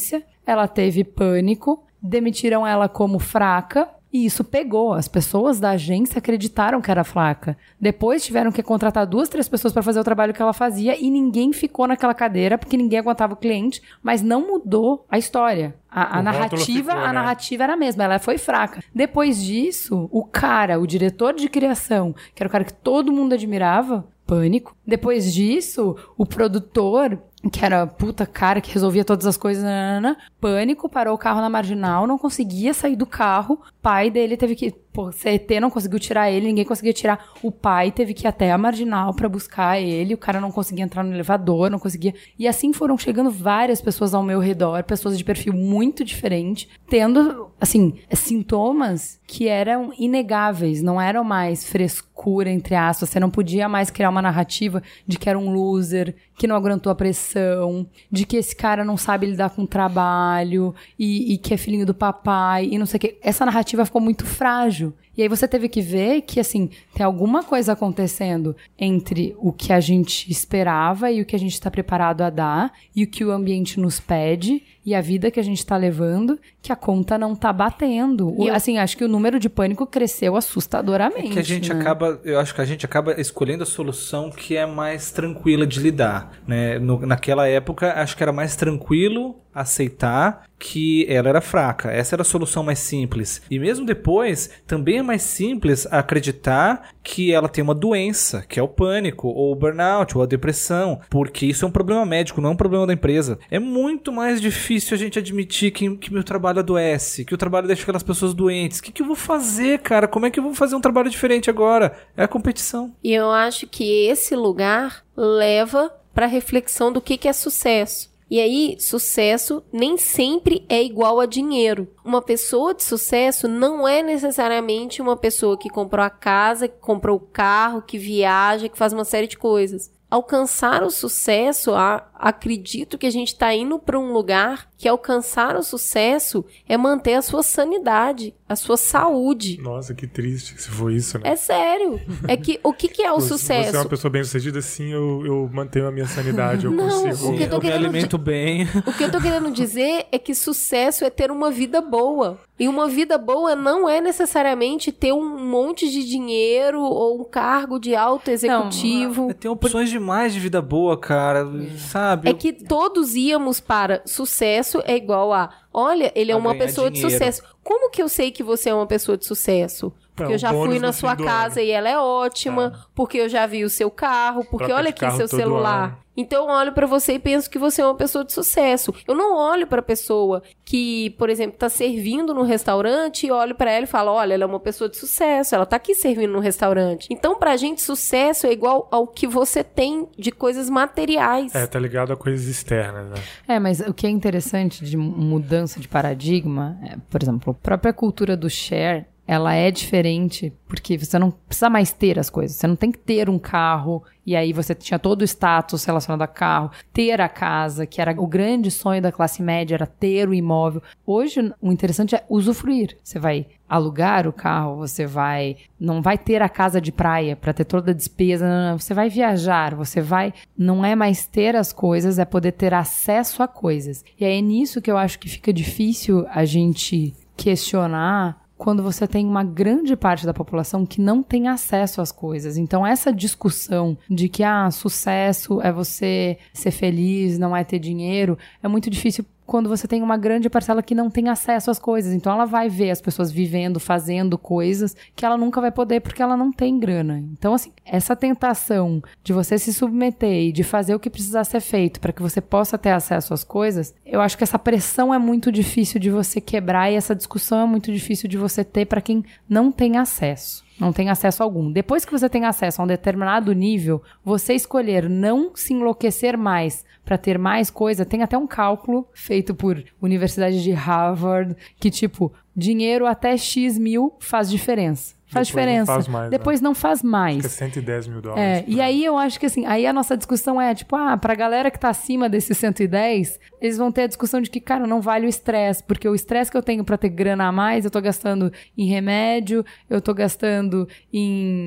ela teve pânico, demitiram ela como fraca. E isso pegou. As pessoas da agência acreditaram que era fraca. Depois tiveram que contratar duas, três pessoas para fazer o trabalho que ela fazia e ninguém ficou naquela cadeira porque ninguém aguentava o cliente, mas não mudou a história. A, a narrativa, ficou, a né? narrativa era a mesma, ela foi fraca. Depois disso, o cara, o diretor de criação, que era o cara que todo mundo admirava, pânico. Depois disso, o produtor, que era puta cara que resolvia todas as coisas, nanana, pânico, parou o carro na marginal, não conseguia sair do carro, pai dele teve que, pô, C E T não conseguiu tirar ele, ninguém conseguia tirar, o pai teve que ir até a marginal pra buscar ele, o cara não conseguia entrar no elevador, não conseguia, e assim foram chegando várias pessoas ao meu redor, pessoas de perfil muito diferente, tendo, assim, sintomas que eram inegáveis, não eram mais frescura, entre aspas, você não podia mais criar uma narrativa de que era um loser, que não aguentou a pressão, de que esse cara não sabe lidar com o trabalho, e, e que é filhinho do papai, e não sei o que. Essa narrativa ficou muito frágil. E aí você teve que ver que, assim, tem alguma coisa acontecendo entre o que a gente esperava e o que a gente está preparado a dar, e o que o ambiente nos pede, e a vida que a gente está levando, que a conta não tá batendo. O, eu... Assim, acho que o número de pânico cresceu assustadoramente. É que a gente né? acaba, eu acho que a gente acaba escolhendo a solução que é mais tranquila de lidar, né? No, naquela época, acho que era mais tranquilo aceitar que ela era fraca. Essa era a solução mais simples. E mesmo depois, também é mais simples acreditar que ela tem uma doença, que é o pânico, ou o burnout, ou a depressão, porque isso é um problema médico, não é um problema da empresa. É muito mais difícil a gente admitir que, que meu trabalho adoece, que o trabalho deixa aquelas pessoas doentes. O que, que eu vou fazer, cara? Como é que eu vou fazer um trabalho diferente agora? É a competição. E eu acho que esse lugar leva para reflexão do que, que é sucesso. E aí, sucesso nem sempre é igual a dinheiro. Uma pessoa de sucesso não é necessariamente uma pessoa que comprou a casa, que comprou o carro, que viaja, que faz uma série de coisas. Alcançar o sucesso, a, acredito que a gente está indo para um lugar que alcançar o sucesso é manter a sua sanidade, a sua saúde. Nossa, que triste se for isso, né? É sério. É que o que, que é o se sucesso? Se você é uma pessoa bem-sucedida, sim, eu, eu mantenho a minha sanidade, eu Não, consigo. o que eu, tô eu me alimento di- bem. O que eu tô querendo dizer é que sucesso é ter uma vida boa. E uma vida boa não é necessariamente ter um monte de dinheiro ou um cargo de alto executivo. Não, tem opções demais de vida boa, cara, sabe? É que todos íamos para sucesso é igual a, olha, ele é A uma ganhar pessoa dinheiro. de sucesso. Como que eu sei que você é uma pessoa de sucesso? Porque É, eu o já bônus fui na no sua fim do casa ano. e ela é ótima, porque eu já vi o seu carro, porque Troca olha de aqui carro seu todo celular. ano. Então eu olho pra você e penso que você é uma pessoa de sucesso. Eu não olho pra pessoa que, por exemplo, tá servindo no restaurante e olho pra ela e falo, olha, ela é uma pessoa de sucesso, ela tá aqui servindo no restaurante. Então, pra gente, sucesso é igual ao que você tem de coisas materiais. É, tá ligado a coisas externas, né? É, mas o que é interessante de mudança de paradigma, é, por exemplo, a própria cultura do share, ela é diferente porque você não precisa mais ter as coisas. Você não tem que ter um carro e aí você tinha todo o status relacionado a carro, ter a casa, que era o grande sonho da classe média, era ter o imóvel. Hoje, o interessante é usufruir. Você vai alugar o carro, você vai... Não vai ter a casa de praia para ter toda a despesa, não, não. Você vai viajar, você vai... Não é mais ter as coisas, é poder ter acesso a coisas. E aí é nisso que eu acho que fica difícil a gente questionar quando você tem uma grande parte da população que não tem acesso às coisas. Então, essa discussão de que, ah, sucesso é você ser feliz, não é ter dinheiro, é muito difícil quando você tem uma grande parcela que não tem acesso às coisas. Então, ela vai ver as pessoas vivendo, fazendo coisas que ela nunca vai poder porque ela não tem grana. Então, assim, essa tentação de você se submeter e de fazer o que precisar ser feito para que você possa ter acesso às coisas, eu acho que essa pressão é muito difícil de você quebrar e essa discussão é muito difícil de você ter para quem não tem acesso. Não tem acesso algum. Depois que você tem acesso a um determinado nível, você escolher não se enlouquecer mais para ter mais coisa, tem até um cálculo feito por Universidade de Harvard, que tipo, dinheiro até X mil faz diferença. Faz Depois diferença. não faz mais, Depois né? não faz mais. Fica cento e dez mil dólares. É, e aí eu acho que assim, aí a nossa discussão é, tipo, ah, pra galera que tá acima desses cento e dez, eles vão ter a discussão de que, cara, não vale o estresse, porque o estresse que eu tenho pra ter grana a mais, eu tô gastando em remédio, eu tô gastando em mil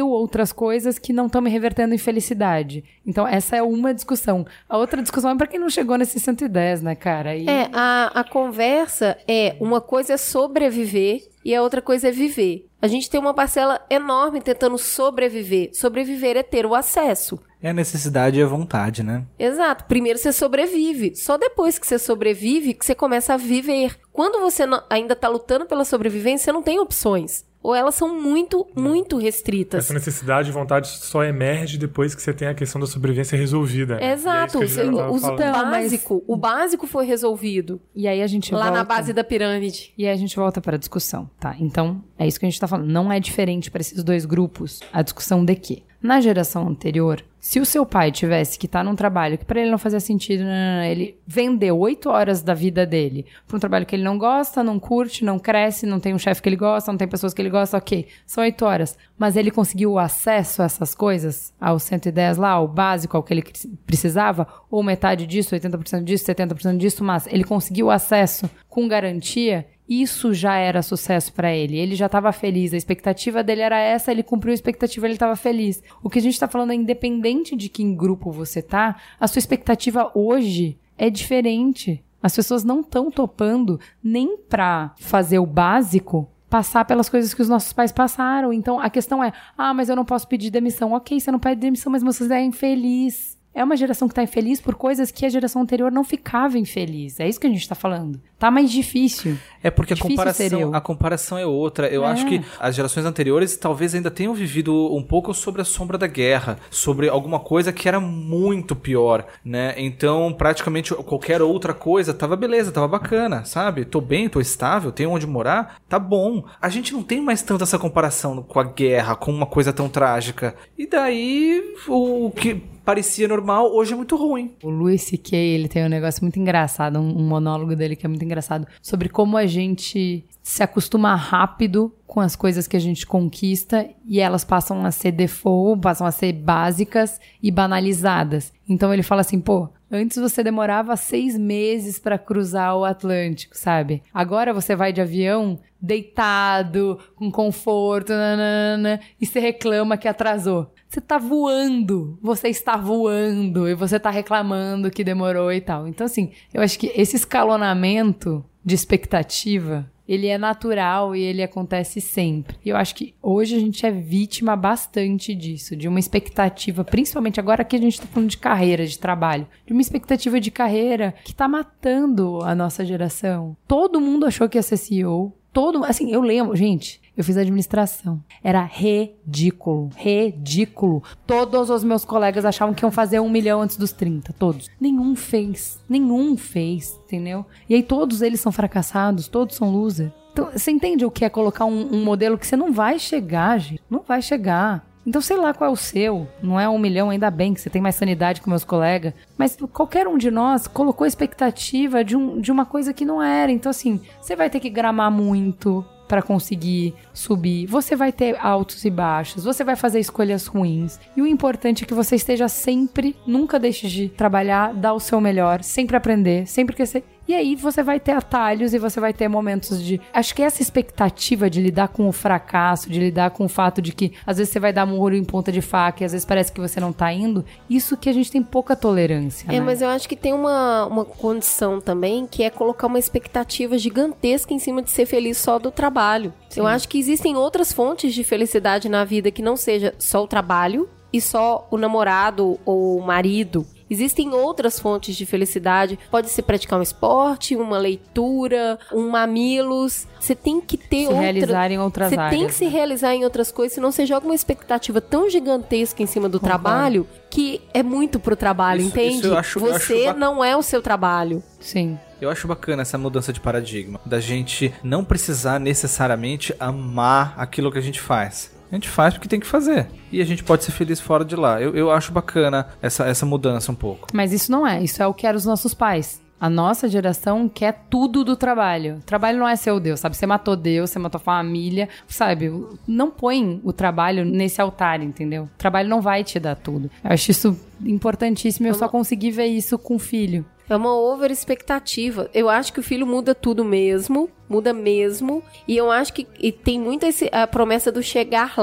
mil outras coisas que não estão me revertendo em felicidade. Então, essa é uma discussão. A outra discussão é pra quem não chegou nesse cento e dez, né, cara? E... É, a, a conversa é uma coisa é sobreviver e a outra coisa é viver. A gente tem uma parcela enorme tentando sobreviver. Sobreviver é ter o acesso. É a necessidade e a vontade, né? Exato. Primeiro você sobrevive. Só depois que você sobrevive que você começa a viver. Quando você não, ainda tá lutando pela sobrevivência, você não tem opções. Ou elas são muito, muito restritas. Essa necessidade e vontade só emerge depois que você tem a questão da sobrevivência resolvida. Né? Exato. É isso o, o básico, o básico foi resolvido. E aí a gente lá volta... na base da pirâmide. E aí a gente volta para a discussão, tá? Então, é isso que a gente tá falando. Não é diferente para esses dois grupos a discussão de que, na geração anterior, se o seu pai tivesse que estar num trabalho que para ele não fazia sentido, não, não, não, ele vendeu oito horas da vida dele para um trabalho que ele não gosta, não curte, não cresce, não tem um chefe que ele gosta, não tem pessoas que ele gosta, ok, são oito horas. Mas ele conseguiu o acesso a essas coisas, ao cento e dez lá, ao básico, ao que ele precisava, ou metade disso, oitenta por cento disso, setenta por cento disso, mas ele conseguiu acesso com garantia. Isso já era sucesso pra ele. Ele já estava feliz. A expectativa dele era essa, ele cumpriu a expectativa, ele estava feliz. O que a gente está falando é independente de que em grupo você tá, a sua expectativa hoje é diferente. As pessoas não estão topando nem pra fazer o básico, passar pelas coisas que os nossos pais passaram. Então, a questão é, ah, mas eu não posso pedir demissão. Ok, você não pede demissão, mas você é infeliz. É uma geração que tá infeliz por coisas que a geração anterior não ficava infeliz. É isso que a gente tá falando. Tá mais difícil. É porque a Difícil ser comparação, eu. a comparação é outra. Eu É. acho que as gerações anteriores talvez ainda tenham vivido um pouco sobre a sombra da guerra, sobre alguma coisa que era muito pior, né? Então, praticamente qualquer outra coisa tava beleza, tava bacana, sabe? Tô bem, tô estável, tenho onde morar, tá bom. A gente não tem mais tanto essa comparação com a guerra, com uma coisa tão trágica. E daí, o que parecia normal, hoje é muito ruim. O Louis C K, ele tem um negócio muito engraçado, um, um monólogo dele que é muito engraçado, sobre como a gente se acostuma rápido com as coisas que a gente conquista e elas passam a ser default, passam a ser básicas e banalizadas. Então ele fala assim, pô, antes você demorava seis meses pra cruzar o Atlântico, sabe? Agora você vai de avião deitado, com conforto, nanana, e você reclama que atrasou. Você tá voando, você está voando e você tá reclamando que demorou e tal. Então, assim, eu acho que esse escalonamento de expectativa, ele é natural e ele acontece sempre. E eu acho que hoje a gente é vítima bastante disso, de uma expectativa, principalmente agora que a gente tá falando de carreira, de trabalho, de uma expectativa de carreira que tá matando a nossa geração. Todo mundo achou que ia ser C E O. Todo, assim, eu lembro, gente, eu fiz administração. Era ridículo, ridículo. Todos os meus colegas achavam que iam fazer um milhão antes dos trinta, todos. Nenhum fez, nenhum fez, entendeu? E aí todos eles são fracassados, todos são loser. Então, você entende o que é colocar um, um modelo que você não vai chegar, gente? Não vai chegar. Então, sei lá qual é o seu. Não é um milhão, ainda bem que você tem mais sanidade que meus colegas. Mas qualquer um de nós colocou a expectativa de, um, de uma coisa que não era. Então, assim, você vai ter que gramar muito para conseguir subir. Você vai ter altos e baixos. Você vai fazer escolhas ruins. E o importante é que você esteja sempre, nunca deixe de trabalhar, dar o seu melhor, sempre aprender, sempre crescer. E aí você vai ter atalhos e você vai ter momentos de... Acho que essa expectativa de lidar com o fracasso, de lidar com o fato de que às vezes você vai dar murro em ponta de faca e às vezes parece que você não tá indo, isso que a gente tem pouca tolerância, É, né? mas eu acho que tem uma, uma condição também que é colocar uma expectativa gigantesca em cima de ser feliz só do trabalho. Sim. Eu acho que existem outras fontes de felicidade na vida que não seja só o trabalho e só o namorado ou o marido. Existem outras fontes de felicidade. Pode ser praticar um esporte, uma leitura, um mamilos. Você tem que ter Se outra... realizar em outras Você áreas. tem que se realizar em outras coisas, senão você joga uma expectativa tão gigantesca em cima do Concordo. trabalho que é muito pro trabalho, Isso- entende? isso eu acho- eu acho você ba- não é o seu trabalho. Sim. Eu acho bacana essa mudança de paradigma, da gente não precisar necessariamente amar aquilo que a gente faz. A gente faz porque tem que fazer. E a gente pode ser feliz fora de lá. Eu, eu acho bacana essa, essa mudança um pouco. Mas isso não é. Isso é o que eram os nossos pais. A nossa geração quer tudo do trabalho. O trabalho não é seu Deus, sabe? Você matou Deus, você matou a família, sabe? Não põe o trabalho nesse altar, entendeu? O trabalho não vai te dar tudo. Eu acho isso importantíssimo e eu só consegui ver isso com o filho. É uma over expectativa. Eu acho que o filho muda tudo mesmo, muda mesmo. E eu acho que e tem muito esse, a promessa do chegar lá.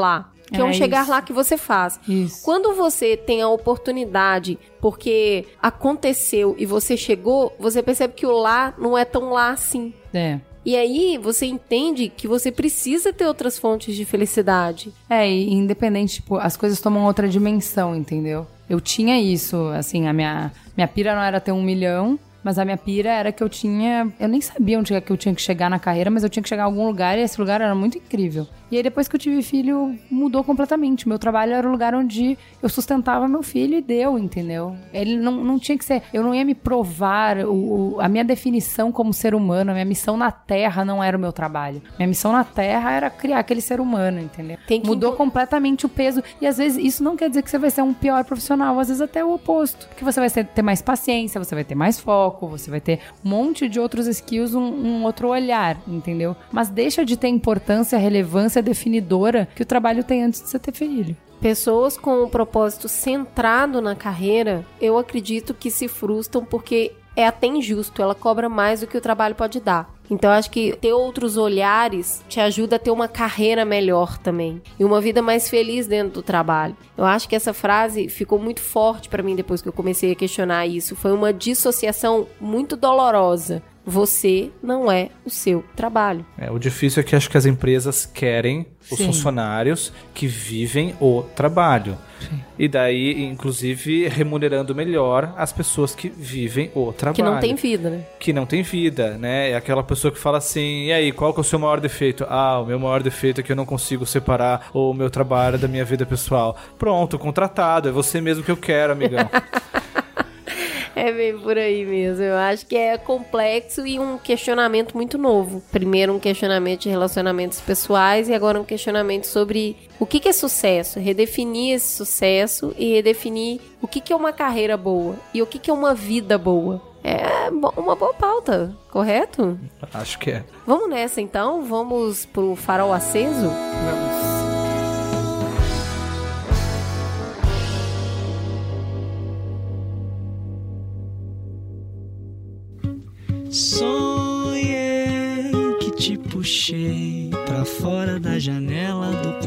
que é um É chegar isso. lá que você faz. Isso. Quando você tem a oportunidade, porque aconteceu e você chegou, você percebe que o lá não é tão lá assim. É. E aí você entende que você precisa ter outras fontes de felicidade. É, e independente, tipo, as coisas tomam outra dimensão, entendeu? Eu tinha isso, assim, a minha, minha pira não era ter um milhão, mas a minha pira era que eu tinha... Eu nem sabia onde é que eu tinha que chegar na carreira, mas eu tinha que chegar em algum lugar e esse lugar era muito incrível. E aí depois que eu tive filho, mudou completamente. Meu trabalho era o lugar onde eu sustentava meu filho e deu, entendeu? Ele não, não tinha que ser... Eu não ia me provar... O, o, a minha definição como ser humano, a minha missão na Terra não era o meu trabalho. Minha missão na Terra era criar aquele ser humano, entendeu? Tem que Mudou impo- completamente o peso. E às vezes isso não quer dizer que você vai ser um pior profissional. Às vezes até o oposto. Porque você vai ser- ter mais paciência, você vai ter mais foco, você vai ter um monte de outros skills, um, um outro olhar, entendeu? Mas deixa de ter importância, relevância definidora que o trabalho tem antes de você ter filho. Pessoas com o propósito centrado na carreira, eu acredito que se frustram porque é até injusto, ela cobra mais do que o trabalho pode dar. Então, eu acho que ter outros olhares te ajuda a ter uma carreira melhor também. E uma vida mais feliz dentro do trabalho. Eu acho que essa frase ficou muito forte pra mim depois que eu comecei a questionar isso. Foi uma dissociação muito dolorosa. Você não é o seu trabalho. É, o difícil é que acho que as empresas querem os Sim. funcionários que vivem o trabalho. Sim. E daí, inclusive, remunerando melhor as pessoas que vivem o trabalho. Que não tem vida, né? Que não tem vida, né? É aquela pessoa que fala assim, e aí, qual que é o seu maior defeito? Ah, o meu maior defeito é que eu não consigo separar o meu trabalho da minha vida pessoal. Pronto, contratado, é você mesmo que eu quero, amigão. É bem por aí mesmo. Eu acho que é complexo e um questionamento muito novo. Primeiro um questionamento de relacionamentos pessoais e agora um questionamento sobre o que que é sucesso. Redefinir esse sucesso e redefinir o que que é uma carreira boa e o que que é uma vida boa. É bo- uma boa pauta, correto? Acho que é. Vamos nessa então? Vamos pro farol aceso? Vamos. Sonhei que te puxei pra fora da janela do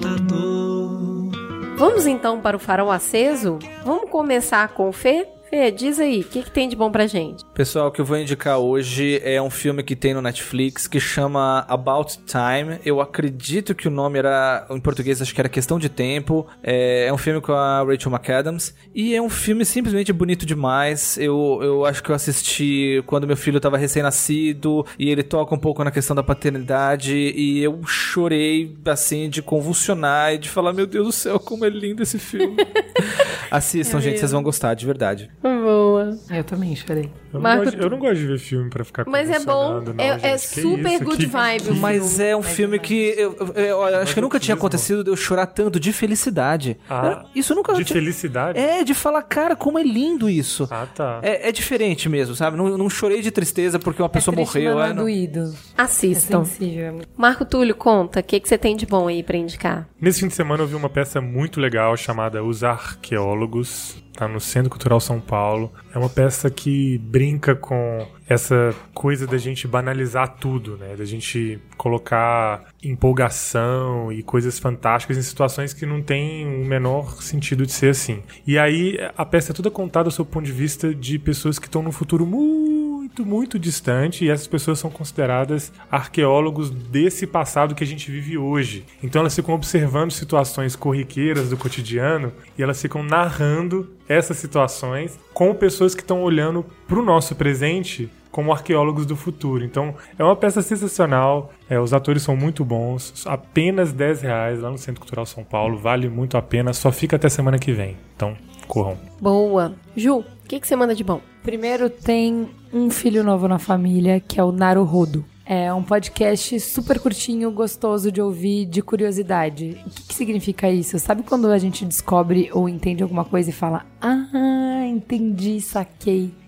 computador. Vamos então para o farol aceso? Vamos começar com o Fê? Fê, diz aí, o que, que tem de bom pra gente? Pessoal, o que eu vou indicar hoje é um filme que tem no Netflix que chama About Time. Eu acredito que o nome era, em português, acho que era Questão de Tempo. É, é um filme com a Rachel McAdams. E é um filme simplesmente bonito demais. Eu, eu acho que eu assisti quando meu filho estava recém-nascido e ele toca um pouco na questão da paternidade e eu chorei, assim, de convulsionar e de falar, meu Deus do céu, como é lindo esse filme. Assistam, É gente, mesmo. vocês vão gostar, de verdade. Boa. Eu também chorei. Eu não, Marco, gosto, de- eu não gosto de ver filme pra ficar Mas é bom, convulsionando, não, é, é gente. Que super isso, good que- vibe. o Mas filme. é um filme que eu, eu- eu acho que nunca tinha Masoquismo. acontecido de eu chorar tanto de felicidade. Ah, Eu- isso nunca De tinha... felicidade? É, de falar, cara, como é lindo isso. Ah, tá. É, é diferente mesmo, sabe? Não, não chorei de tristeza porque uma pessoa é triste, morreu. mas é, não não- é doído. É Assistam. sensível. é muito- Marco Túlio, conta, o que, que você tem de bom aí pra indicar? Nesse fim de semana eu vi uma peça muito legal chamada Os Arqueólogos. Tá no Centro Cultural São Paulo. É uma peça que brinca com essa coisa da gente banalizar tudo, né? Da gente colocar empolgação e coisas fantásticas em situações que não tem o menor sentido de ser assim. E aí a peça é toda contada sob o ponto de vista de pessoas que estão num futuro muito, muito distante e essas pessoas são consideradas arqueólogos desse passado que a gente vive hoje. Então elas ficam observando situações corriqueiras do cotidiano e elas ficam narrando essas situações com pessoas que estão olhando para o nosso presente como arqueólogos do futuro. Então, é uma peça sensacional, é, os atores são muito bons, apenas dez reais lá no Centro Cultural São Paulo, vale muito a pena, só fica até semana que vem. Então, corram. Boa. Ju, o que, que você manda de bom? Primeiro tem um filho novo na família, que é o Naruhodo. É um podcast super curtinho, gostoso de ouvir, de curiosidade. O que, que significa isso? Sabe quando a gente descobre ou entende alguma coisa e fala, ah, entendi, saquei.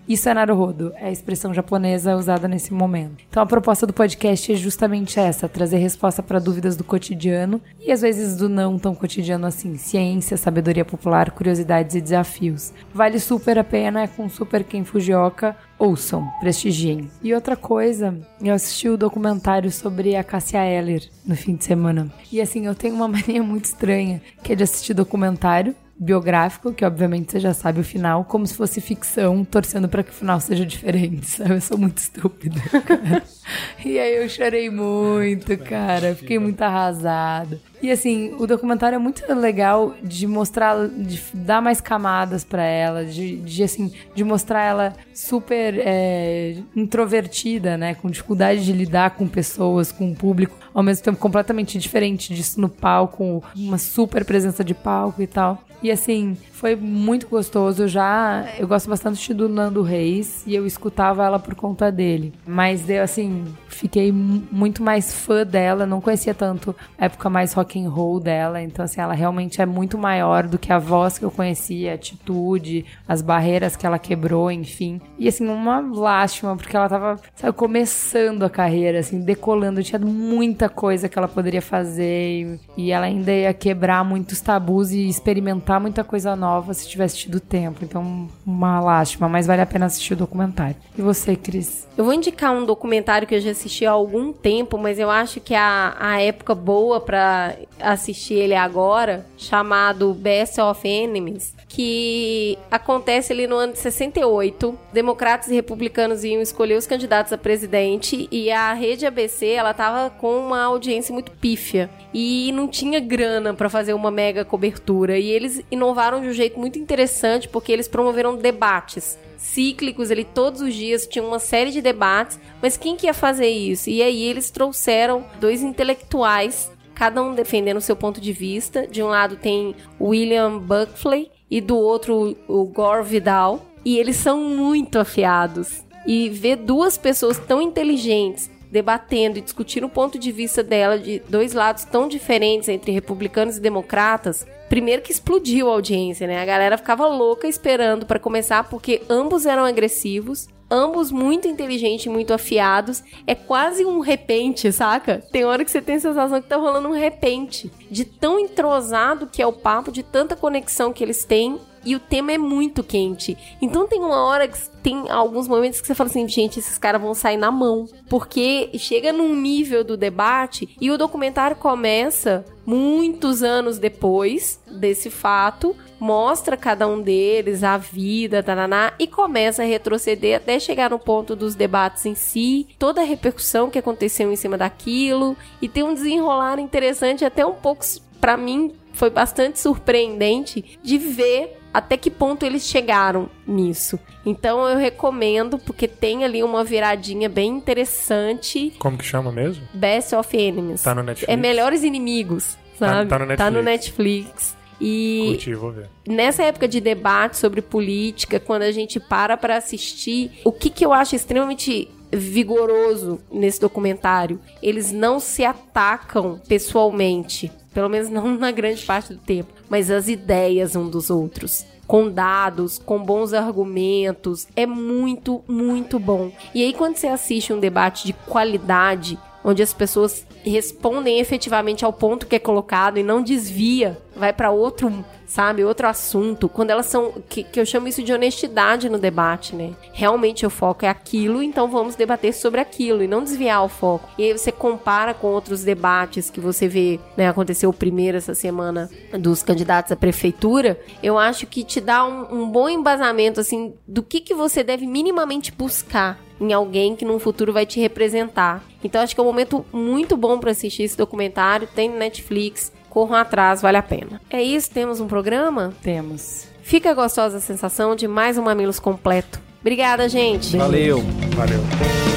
Isso é naruhodo, é a expressão japonesa usada nesse momento. Então a proposta do podcast é justamente essa, trazer resposta para dúvidas do cotidiano e às vezes do não tão cotidiano assim, ciência, sabedoria popular, curiosidades e desafios. Vale super a pena, é com Super Ken Fujioka. Ouçam, prestigiem. E outra coisa, eu assisti o documentário sobre a Cássia Eller no fim de semana. E assim, eu tenho uma mania muito estranha, que é de assistir documentário biográfico, que obviamente você já sabe o final, como se fosse ficção, torcendo pra que o final seja diferente, sabe? Eu sou muito estúpida, cara. E aí eu chorei muito, cara. Fiquei muito arrasada. E assim, o documentário é muito legal de mostrar, de dar mais camadas pra ela, de, de assim, de mostrar ela super é, introvertida, né? Com dificuldade de lidar com pessoas, com o público, ao mesmo tempo completamente diferente disso no palco, uma super presença de palco e tal. E assim, foi muito gostoso. Eu já, eu gosto bastante do Nando Reis e eu escutava ela por conta dele. Mas eu, assim, fiquei m- muito mais fã dela. Não conhecia tanto a época mais rock and roll dela. Então, assim, ela realmente é muito maior do que a voz que eu conhecia, a atitude, as barreiras que ela quebrou, enfim. E, assim, uma lástima, porque ela tava, sabe, começando a carreira, assim, decolando. Tinha muita coisa que ela poderia fazer e, e ela ainda ia quebrar muitos tabus e experimentar muita coisa nova se tivesse tido tempo. Então, uma lástima, mas vale a pena assistir o documentário. E você, Cris? Eu vou indicar um documentário que eu já assisti há algum tempo, mas eu acho que a, a época boa pra assistir ele agora, chamado Best of Enemies, que acontece ali no ano de sessenta e oito. Democratas e republicanos iam escolher os candidatos a presidente e a rede A B C, ela tava com uma audiência muito pífia e não tinha grana pra fazer uma mega cobertura. E eles inovaram de um jeito muito interessante porque eles promoveram debates cíclicos ali, todos os dias tinha uma série de debates, mas quem que ia fazer isso? E aí eles trouxeram dois intelectuais, cada um defendendo o seu ponto de vista. De um lado tem William Buckley e do outro o Gore Vidal, e eles são muito afiados. E ver duas pessoas tão inteligentes debatendo e discutindo o ponto de vista dela de dois lados tão diferentes entre republicanos e democratas, primeiro que explodiu a audiência, né? A galera ficava louca esperando para começar, porque ambos eram agressivos, ambos muito inteligentes e muito afiados. É quase um repente, saca? Tem hora que você tem a sensação que tá rolando um repente, de tão entrosado que é o papo, de tanta conexão que eles têm. E o tema é muito quente. Então tem uma hora que tem alguns momentos que você fala assim, gente, esses caras vão sair na mão. Porque chega num nível do debate e o documentário começa muitos anos depois desse fato, mostra cada um deles, a vida, taraná, e começa a retroceder até chegar no ponto dos debates em si, toda a repercussão que aconteceu em cima daquilo, e tem um desenrolar interessante, até um pouco, pra mim, foi bastante surpreendente de ver até que ponto eles chegaram nisso. Então eu recomendo, porque tem ali uma viradinha bem interessante. Como que chama mesmo? Best of Enemies. Tá no Netflix. É Melhores Inimigos, sabe? Tá, tá no Netflix. Tá no Netflix. E Curti, vou ver. Nessa época de debate sobre política, quando a gente para pra assistir, o que que eu acho extremamente vigoroso nesse documentário? Eles não se atacam pessoalmente, pelo menos não na grande parte do tempo, mas as ideias um dos outros, com dados, com bons argumentos. É muito, muito bom. E aí quando você assiste um debate de qualidade, onde as pessoas respondem efetivamente ao ponto que é colocado e não desvia, vai para outro, sabe, outro assunto, quando elas são, que, que eu chamo isso de honestidade no debate, né? Realmente o foco é aquilo, então vamos debater sobre aquilo e não desviar o foco. E aí você compara com outros debates que você vê, né, aconteceu o primeiro essa semana dos candidatos à prefeitura, eu acho que te dá um, um bom embasamento, assim, do que, que você deve minimamente buscar em alguém que num futuro vai te representar. Então acho que é um momento muito bom para assistir esse documentário, tem no Netflix, corram atrás, vale a pena. É isso, temos um programa? Temos. Fica gostosa a sensação de mais um Mamilos completo. Obrigada, gente! Valeu! Valeu.